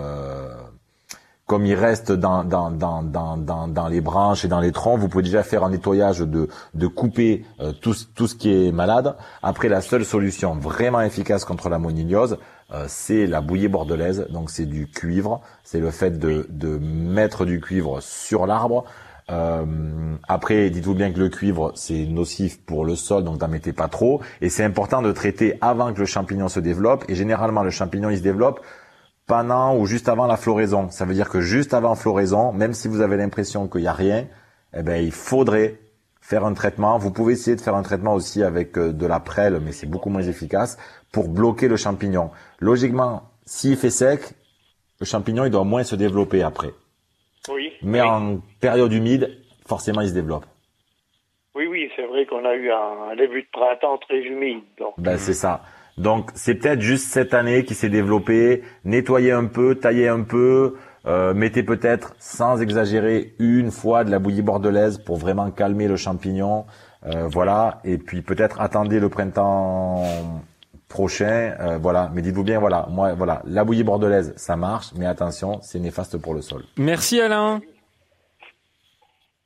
comme il reste dans dans dans dans dans dans les branches et dans les troncs, vous pouvez déjà faire un nettoyage de de couper euh, tout tout ce qui est malade. Après, la seule solution vraiment efficace contre la moniliose, Euh, c'est la bouillie bordelaise, donc c'est du cuivre, c'est le fait de, de mettre du cuivre sur l'arbre. Euh, après, dites-vous bien que le cuivre c'est nocif pour le sol, donc n'en mettez pas trop. Et c'est important de traiter avant que le champignon se développe. Et généralement, le champignon il se développe pendant ou juste avant la floraison. Ça veut dire que juste avant floraison, même si vous avez l'impression qu'il n'y a rien, eh ben il faudrait faire un traitement. Vous pouvez essayer de faire un traitement aussi avec de la prêle, mais c'est beaucoup moins efficace pour bloquer le champignon. Logiquement, s'il fait sec, le champignon il doit moins se développer après. Oui. Mais oui. en période humide, forcément il se développe. Oui, oui, c'est vrai qu'on a eu un début de printemps très humide. Donc. Ben c'est ça. Donc c'est peut-être juste cette année qui s'est développé. Nettoyez un peu, taillez un peu. Euh, mettez peut-être, sans exagérer, une fois de la bouillie bordelaise pour vraiment calmer le champignon. Euh, voilà. Et puis peut-être attendez le printemps prochain. Euh, voilà. Mais dites-vous bien, voilà, moi, voilà, la bouillie bordelaise, ça marche, mais attention, c'est néfaste pour le sol. Merci Alain.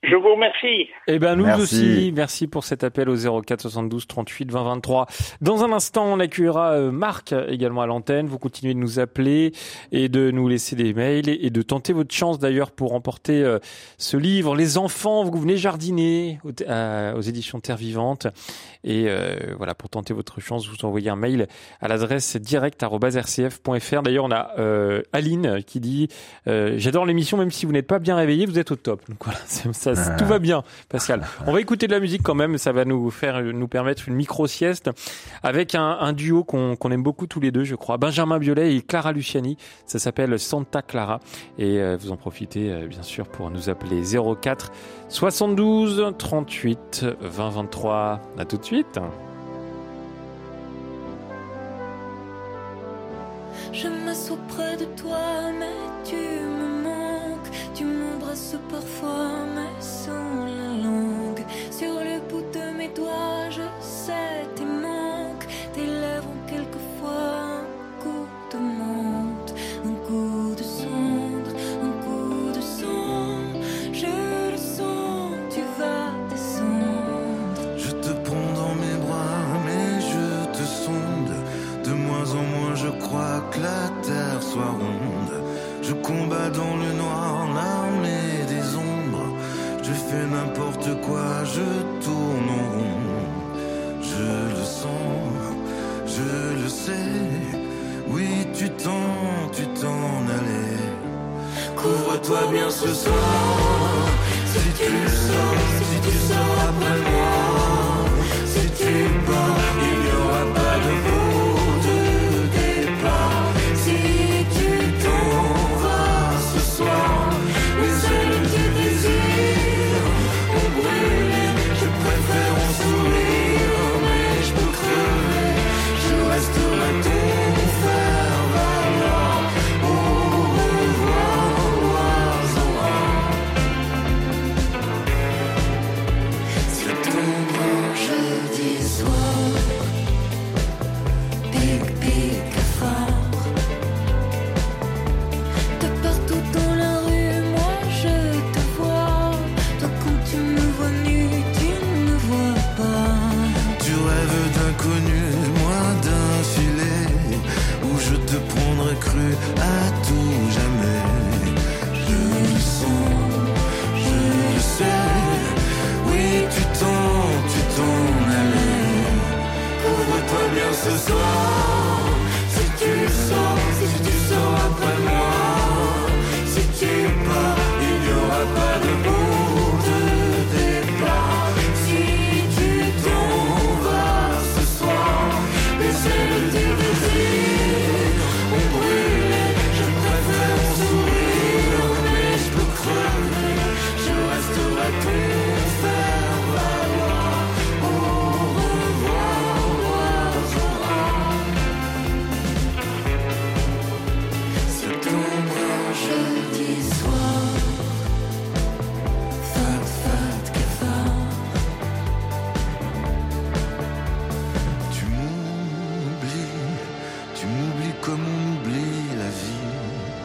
Je vous remercie. Eh ben nous Merci. aussi, merci pour cet appel au zéro quatre soixante-douze trente-huit vingt vingt-trois. Dans un instant, on accueillera euh, Marc également à l'antenne. Vous continuez de nous appeler et de nous laisser des mails et, et de tenter votre chance d'ailleurs pour remporter euh, ce livre. Les enfants, vous venez jardiner au, à, aux éditions Terre Vivante. Et euh, voilà, pour tenter votre chance, vous envoyez un mail à l'adresse direct arobase r c f point f r. D'ailleurs, on a euh, Aline qui dit euh, « J'adore l'émission, même si vous n'êtes pas bien réveillé, vous êtes au top. » Donc voilà, c'est, ça, c'est, tout va bien, Pascal. On va écouter de la musique quand même, ça va nous faire, nous permettre une micro-sieste avec un, un duo qu'on, qu'on aime beaucoup tous les deux, je crois. Benjamin Biolay et Clara Luciani. Ça s'appelle Santa Clara. Et euh, vous en profitez, euh, bien sûr, pour nous appeler zéro quatre soixante-douze trente-huit vingt vingt-trois. À tout de suite. Je m'assois près de toi, mais tu me manques. Tu m'embrasses parfois, mais sans la langue. Sur le bout de mes doigts, je sais tes manques. Tes lèvres ont quelquefois un coup de menthe, un coup de cendre, un coup de sang. Je le sens, tu vas descendre. Je te prends dans mes bras, mais je te sonde. De moins en moins je crois que la terre soit ronde. Je combats dans le noir l'armée des ombres. Je fais n'importe quoi, je tourne en rond. Je le sens, je le sais. Oui, tu t'en, tu t'en allais. Couvre-toi bien ce soir. Si tu sors, si tu sors après moi. Si tu pars, il n'y aura pas de vol de départ. Si tu t'en vas ce soir, les ailes du désir ont brûlé. Je préfère en sourire, mais je peux crever. Je resterai ton faire valoir. Au revoir, septembre, jeudi soir. Pic, pic, cafard. De partout dans la rue, moi je te vois. Toi quand tu me vois nu, tu ne me vois pas. Tu rêves d'inconnu, moi d'un filet où je te prendrai cru à tout jamais. Je le sens, je le sais. Oui, tu t'en, tu t'en allais. Couvre-toi bien ce soir. Si tu sors, si tu sors après moi. Si tu pars, il n'y aura pas de bout de départ. Si tu t'en vas ce soir, les ailes du désir ont brûlé. Je préfère sourire, mais je peux crever. Je resterai ton faire valoir. Au revoir, septembre, jeudi soir. Fat, fat, cafard. Tu m'oublies, tu m'oublies comme on oublie la vie.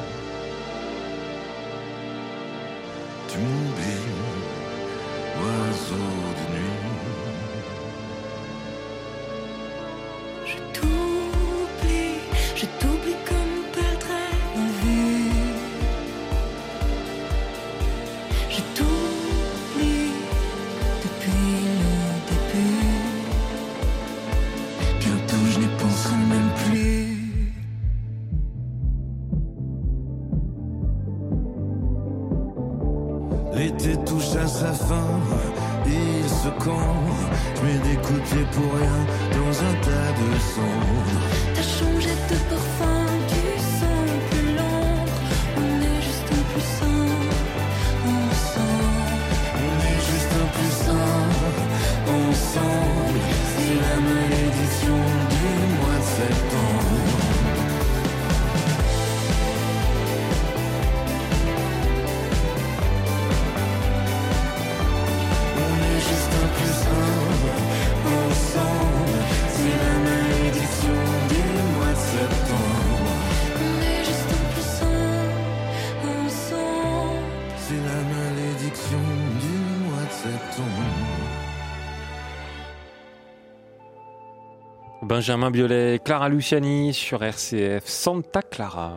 Tu m'oublies, oiseau de nuit. Je t'oublie, je t'oublie comme on perdrait la vue. Je t'oublie depuis le début. Bientôt je n'y penserai même plus. L'été touche à sa fin, il se cambre. Je mets des coups de pied pour rien dans un tas de cendres. T'as changé de parfum, tu sens plus l'ombre. On est juste un plus sain ensemble. On est juste un plus sain ensemble. C'est la malédiction du mois de septembre. On est juste un plus sain ensemble. C'est la malédiction Benjamin Biolay, Clara Luciani sur R C F Santa Clara.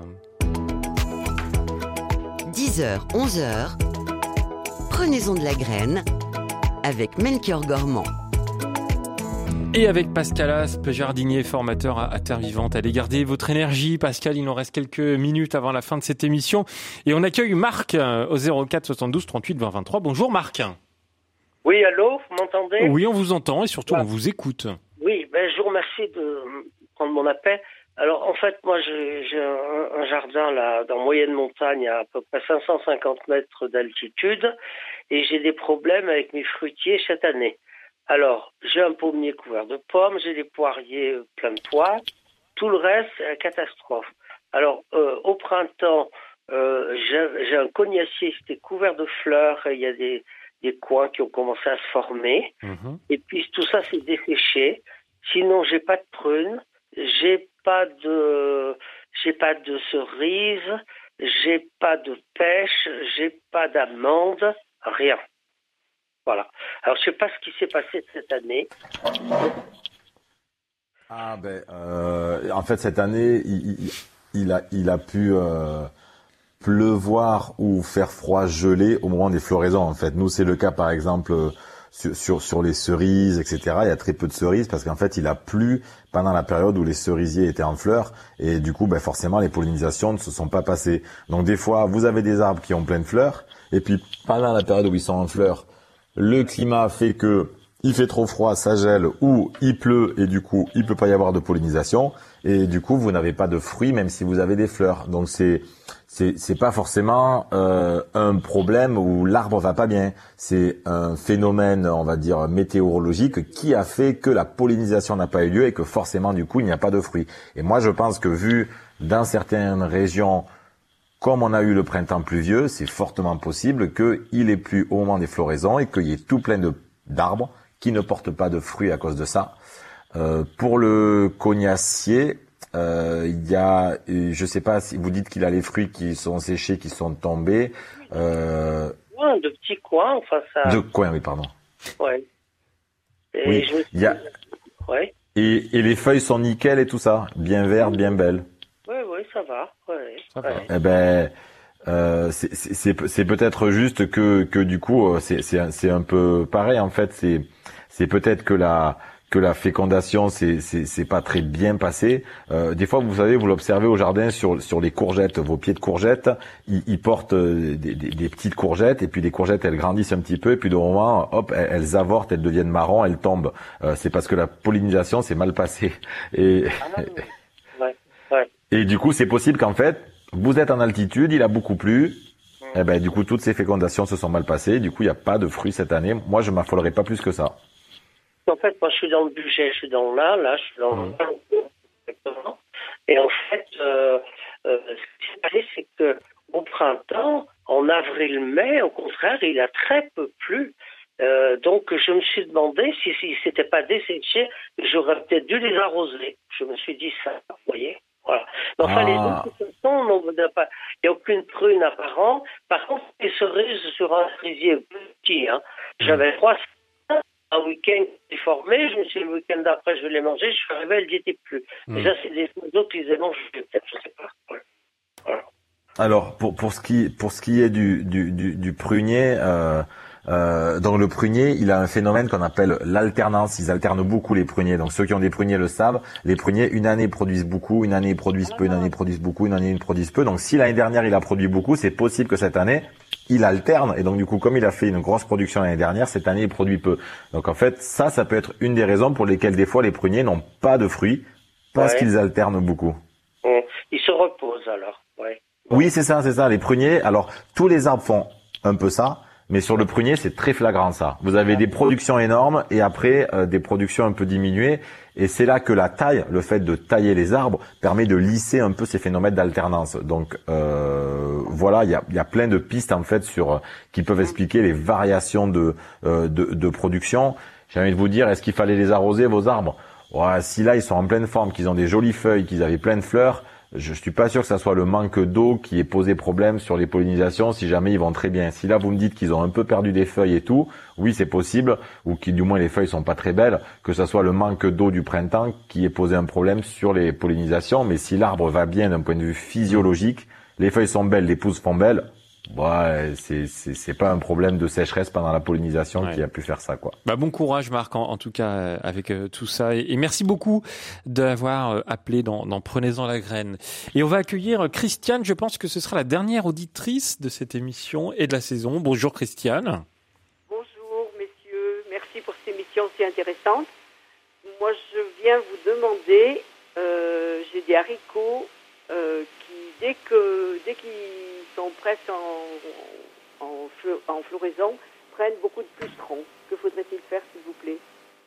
dix heures, onze heures, prenez-en de la graine avec Melchior Gormand. Et avec Pascal Aspe, jardinier, formateur à, à Terre Vivante. Allez garder votre énergie. Pascal, il nous reste quelques minutes avant la fin de cette émission. Et on accueille Marc au zéro quatre soixante-douze trente-huit vingt vingt-trois. Bonjour Marc. Oui, allô, vous m'entendez ? Oui, on vous entend et surtout ah. on vous écoute. Oui, ben, je vous remercie de prendre mon appel. Alors en fait, moi j'ai, j'ai un, un jardin là dans moyenne montagne à à peu près cinq cent cinquante mètres d'altitude et j'ai des problèmes avec mes fruitiers cette année. Alors, j'ai un pommier couvert de pommes, j'ai des poiriers plein de pois, tout le reste, c'est la catastrophe. Alors, euh, au printemps, euh, j'ai, j'ai un cognacier, c'était couvert de fleurs, et il y a des, des coins qui ont commencé à se former, mmh. et puis tout ça s'est desséché. Sinon, j'ai pas de prunes, j'ai pas de, j'ai pas de cerises, j'ai pas de pêche, j'ai pas d'amandes, rien. Voilà. Alors, je sais pas ce qui s'est passé cette année. Ah ben, euh, en fait, cette année, il, il, il a, il a pu euh, pleuvoir ou faire froid, geler au moment des floraisons. En fait, nous, c'est le cas, par exemple, sur, sur, sur les cerises, et cetera. Il y a très peu de cerises parce qu'en fait, il a plu pendant la période où les cerisiers étaient en fleurs et du coup, ben, forcément, les pollinisations ne se sont pas passées. Donc, des fois, vous avez des arbres qui ont plein de fleurs et puis pendant la période où ils sont en fleurs, le climat fait que il fait trop froid, ça gèle, ou il pleut et du coup il peut pas y avoir de pollinisation et du coup vous n'avez pas de fruits même si vous avez des fleurs. Donc c'est c'est c'est pas forcément euh, un problème où l'arbre va pas bien. C'est un phénomène, on va dire météorologique, qui a fait que la pollinisation n'a pas eu lieu et que forcément du coup il n'y a pas de fruits. Et moi je pense que vu dans certaines régions, comme on a eu le printemps pluvieux, c'est fortement possible qu'il ait plu au moment des floraisons et qu'il y ait tout plein de, d'arbres qui ne portent pas de fruits à cause de ça. Euh, pour le cognacier, euh, il y a, je sais pas si vous dites qu'il a les fruits qui sont séchés, qui sont tombés. Euh, ouais, de petits coins, enfin ça. De coins, oui, pardon. Ouais. Et oui, je... il y a. Ouais. Et, et les feuilles sont nickel et tout ça, bien vertes, bien belles. Oui, oui, ça va. Ouais, ça ouais. va. Eh ben, euh, c'est, c'est, c'est peut-être juste que, que du coup, c'est, c'est, c'est un peu pareil. En fait, c'est, c'est peut-être que la, que la fécondation, c'est, c'est, c'est pas très bien passé. Euh, des fois, vous savez, vous l'observez au jardin sur, sur les courgettes, vos pieds de courgettes, ils, ils portent des, des, des petites courgettes et puis les courgettes, elles grandissent un petit peu et puis de moment, hop, elles, elles avortent, elles deviennent marron, elles tombent. Euh, c'est parce que la pollinisation s'est mal passée. Et ah, ouais, ouais. Et du coup, c'est possible qu'en fait, vous êtes en altitude, il a beaucoup plu, mmh. et ben du coup, toutes ces fécondations se sont mal passées. Du coup, il n'y a pas de fruits cette année. Moi, je m'affolerai pas plus que ça. En fait, moi, je suis dans le budget, je suis dans là, là, je suis dans mmh. le et en fait, euh, euh, ce qui s'est passé, c'est que au printemps, en avril-mai, au contraire, il a très peu plu. Euh, donc, je me suis demandé si s'ils si, s'étaient pas desséchés, j'aurais peut-être dû les arroser. Je me suis dit ça, vous voyez. Voilà. Mais enfin, ah. les autres, de toute façon, il n'y a aucune prune apparente. Par contre, les cerises sur un cerisier petit, hein. Mmh. J'avais trois un week-end qui s'est formé, je me suis dit le week-end d'après, je vais les manger, je suis arrivé, elles n'y étaient plus. Mmh. Et ça, c'est des autres qui les mangent, peut-être, je ne sais pas. Voilà. Voilà. Alors, pour, pour, ce qui, pour ce qui est du, du, du, du prunier, euh, Euh, donc le prunier, il a un phénomène qu'on appelle l'alternance. Ils alternent beaucoup les pruniers. Donc ceux qui ont des pruniers le savent. Les pruniers, une année produisent beaucoup, une année ils produisent peu, une année ils produisent beaucoup, une année ils produisent peu. Donc si l'année dernière il a produit beaucoup, c'est possible que cette année il alterne. Et donc du coup, comme il a fait une grosse production l'année dernière, cette année il produit peu. Donc en fait, ça, ça peut être une des raisons pour lesquelles des fois les pruniers n'ont pas de fruits parce ouais. qu'ils alternent beaucoup. Mmh. Ils se reposent alors. Ouais. Oui, c'est ça, c'est ça. Les pruniers. Alors tous les arbres font un peu ça. Mais sur le prunier, c'est très flagrant ça. Vous avez des productions énormes et après euh, des productions un peu diminuées. Et c'est là que la taille, le fait de tailler les arbres, permet de lisser un peu ces phénomènes d'alternance. Donc euh, voilà, il y a, y a plein de pistes en fait sur qui peuvent expliquer les variations de euh, de, de production. J'ai envie de vous dire, est-ce qu'il fallait les arroser vos arbres ? Ouais, si là ils sont en pleine forme, qu'ils ont des jolies feuilles, qu'ils avaient plein de fleurs. je suis pas sûr que ça soit le manque d'eau qui ait posé problème sur les pollinisations si jamais ils vont très bien. Si là vous me dites qu'ils ont un peu perdu des feuilles et tout, oui c'est possible, ou qui du moins les feuilles sont pas très belles, que ça soit le manque d'eau du printemps qui ait posé un problème sur les pollinisations. Mais si l'arbre va bien d'un point de vue physiologique, les feuilles sont belles, les pousses font belles, ouais, c'est, c'est, c'est pas un problème de sécheresse pendant la pollinisation ouais. qui a pu faire ça, quoi. Bah, bon courage, Marc, en, en tout cas, euh, avec euh, tout ça. Et, et merci beaucoup d'avoir euh, appelé dans, dans Prenez-en la graine. Et on va accueillir Christiane. Je pense que ce sera la dernière auditrice de cette émission et de la saison. Bonjour, Christiane. Bonjour, messieurs. Merci pour cette émission aussi intéressante. Moi, je viens vous demander, euh, j'ai des haricots euh, qui, dès que, dès qu'ils sont presque en, en, en floraison, prennent beaucoup de pucerons. Que faudrait-il faire, s'il vous plaît?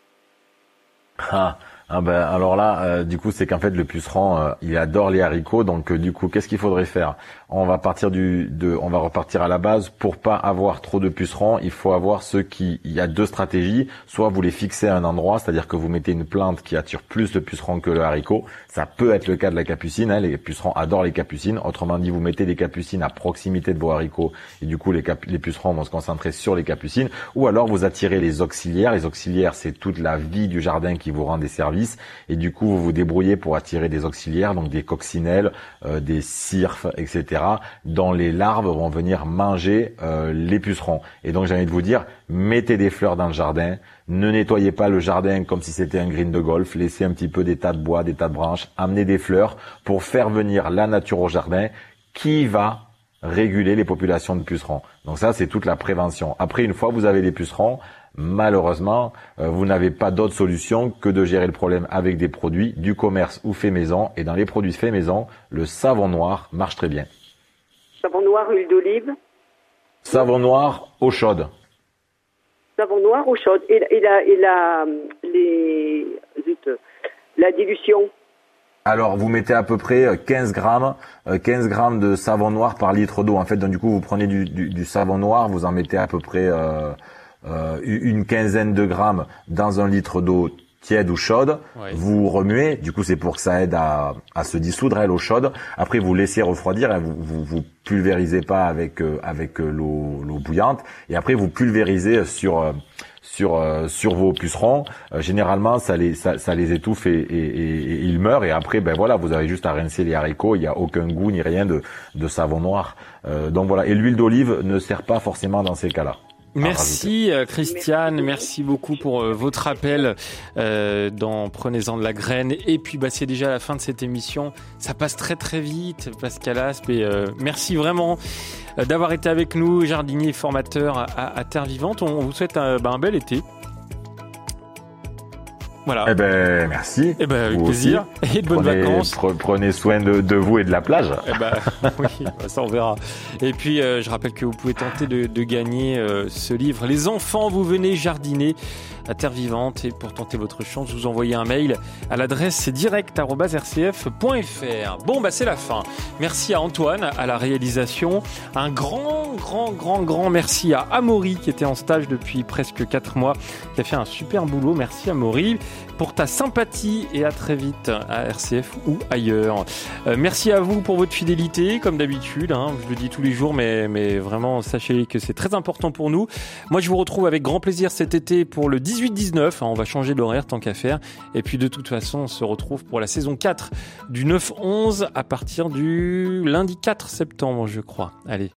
Ah, ah ben alors là, euh, du coup, c'est qu'en fait le puceron, euh, il adore les haricots, donc euh, du coup, qu'est-ce qu'il faudrait faire? On va partir du, de, on va repartir à la base pour pas avoir trop de pucerons. Il faut avoir ceux qui, il y a deux stratégies. Soit vous les fixez à un endroit, c'est-à-dire que vous mettez une plante qui attire plus de pucerons que le haricot. Ça peut être le cas de la capucine. Hein, les pucerons adorent les capucines. Autrement dit, vous mettez des capucines à proximité de vos haricots et du coup, les, cap- les pucerons vont se concentrer sur les capucines. Ou alors vous attirez les auxiliaires. Les auxiliaires, c'est toute la vie du jardin qui vous rend des services. Et du coup, vous vous débrouillez pour attirer des auxiliaires, donc des coccinelles, euh, des cirfes, et cetera, dont les larves vont venir manger euh, les pucerons. Et donc, j'ai envie de vous dire, mettez des fleurs dans le jardin, ne nettoyez pas le jardin comme si c'était un green de golf, laissez un petit peu des tas de bois, des tas de branches, amenez des fleurs pour faire venir la nature au jardin qui va réguler les populations de pucerons. Donc ça, c'est toute la prévention. Après, une fois que vous avez des pucerons, malheureusement, euh, vous n'avez pas d'autre solution que de gérer le problème avec des produits du commerce ou fait maison. Et dans les produits fait maison, le savon noir marche très bien. Savon noir, huile d'olive. Savon noir, eau chaude. Savon noir, eau chaude. Et, et, la, et la, les, zut, la dilution. Alors, vous mettez à peu près quinze grammes, quinze grammes de savon noir par litre d'eau. En fait, donc du coup, vous prenez du, du, du savon noir, vous en mettez à peu près euh, euh, une quinzaine de grammes dans un litre d'eau tiède ou chaude. Oui. Vous remuez. Du coup, c'est pour que ça aide à, à se dissoudre, hein, l'eau chaude. Après, vous laissez refroidir. Hein, vous, vous, vous pulvérisez pas avec euh, avec l'eau, l'eau bouillante. Et après, vous pulvérisez sur euh, sur euh, sur vos pucerons. Euh, généralement, ça les ça, ça les étouffe et, et, et, et ils meurent. Et après, ben voilà, vous avez juste à rincer les haricots. Il y a aucun goût ni rien de de savon noir. Euh, donc voilà. Et l'huile d'olive ne sert pas forcément dans ces cas-là. Merci euh, Christiane, merci beaucoup pour euh, votre appel euh, dans Prenez-en de la graine. Et puis bah c'est déjà la fin de cette émission. Ça passe très très vite, Pascal Aspe. Et euh, merci vraiment euh, d'avoir été avec nous, jardinier et formateur à, à, à Terre Vivante. On, on vous souhaite un, bah, un bel été. Voilà. Eh ben, merci. Eh ben, avec vous plaisir. Aussi. Et de bonnes prenez, vacances. Pre- prenez soin de, de vous et de la plage. Eh ben, oui, ça on verra. Et puis, euh, je rappelle que vous pouvez tenter de, de gagner euh, ce livre. Les enfants, vous venez jardiner à Terre Vivante. Et pour tenter votre chance, vous envoyez un mail à l'adresse direct arobase r c f point f r. Bon, bah, c'est la fin. Merci à Antoine, à la réalisation. Un grand, grand, grand, grand merci à Amaury, qui était en stage depuis presque quatre mois, qui a fait un super boulot. Merci Amaury pour ta sympathie et à très vite à R C F ou ailleurs. Euh, merci à vous pour votre fidélité, comme d'habitude. Hein, je le dis tous les jours, mais, mais vraiment, sachez que c'est très important pour nous. Moi, je vous retrouve avec grand plaisir cet été pour le dix-huit dix-neuf. Hein, on va changer l'horaire tant qu'à faire. Et puis, de toute façon, on se retrouve pour la saison quatre du neuf onze à partir du lundi quatre septembre, je crois. Allez,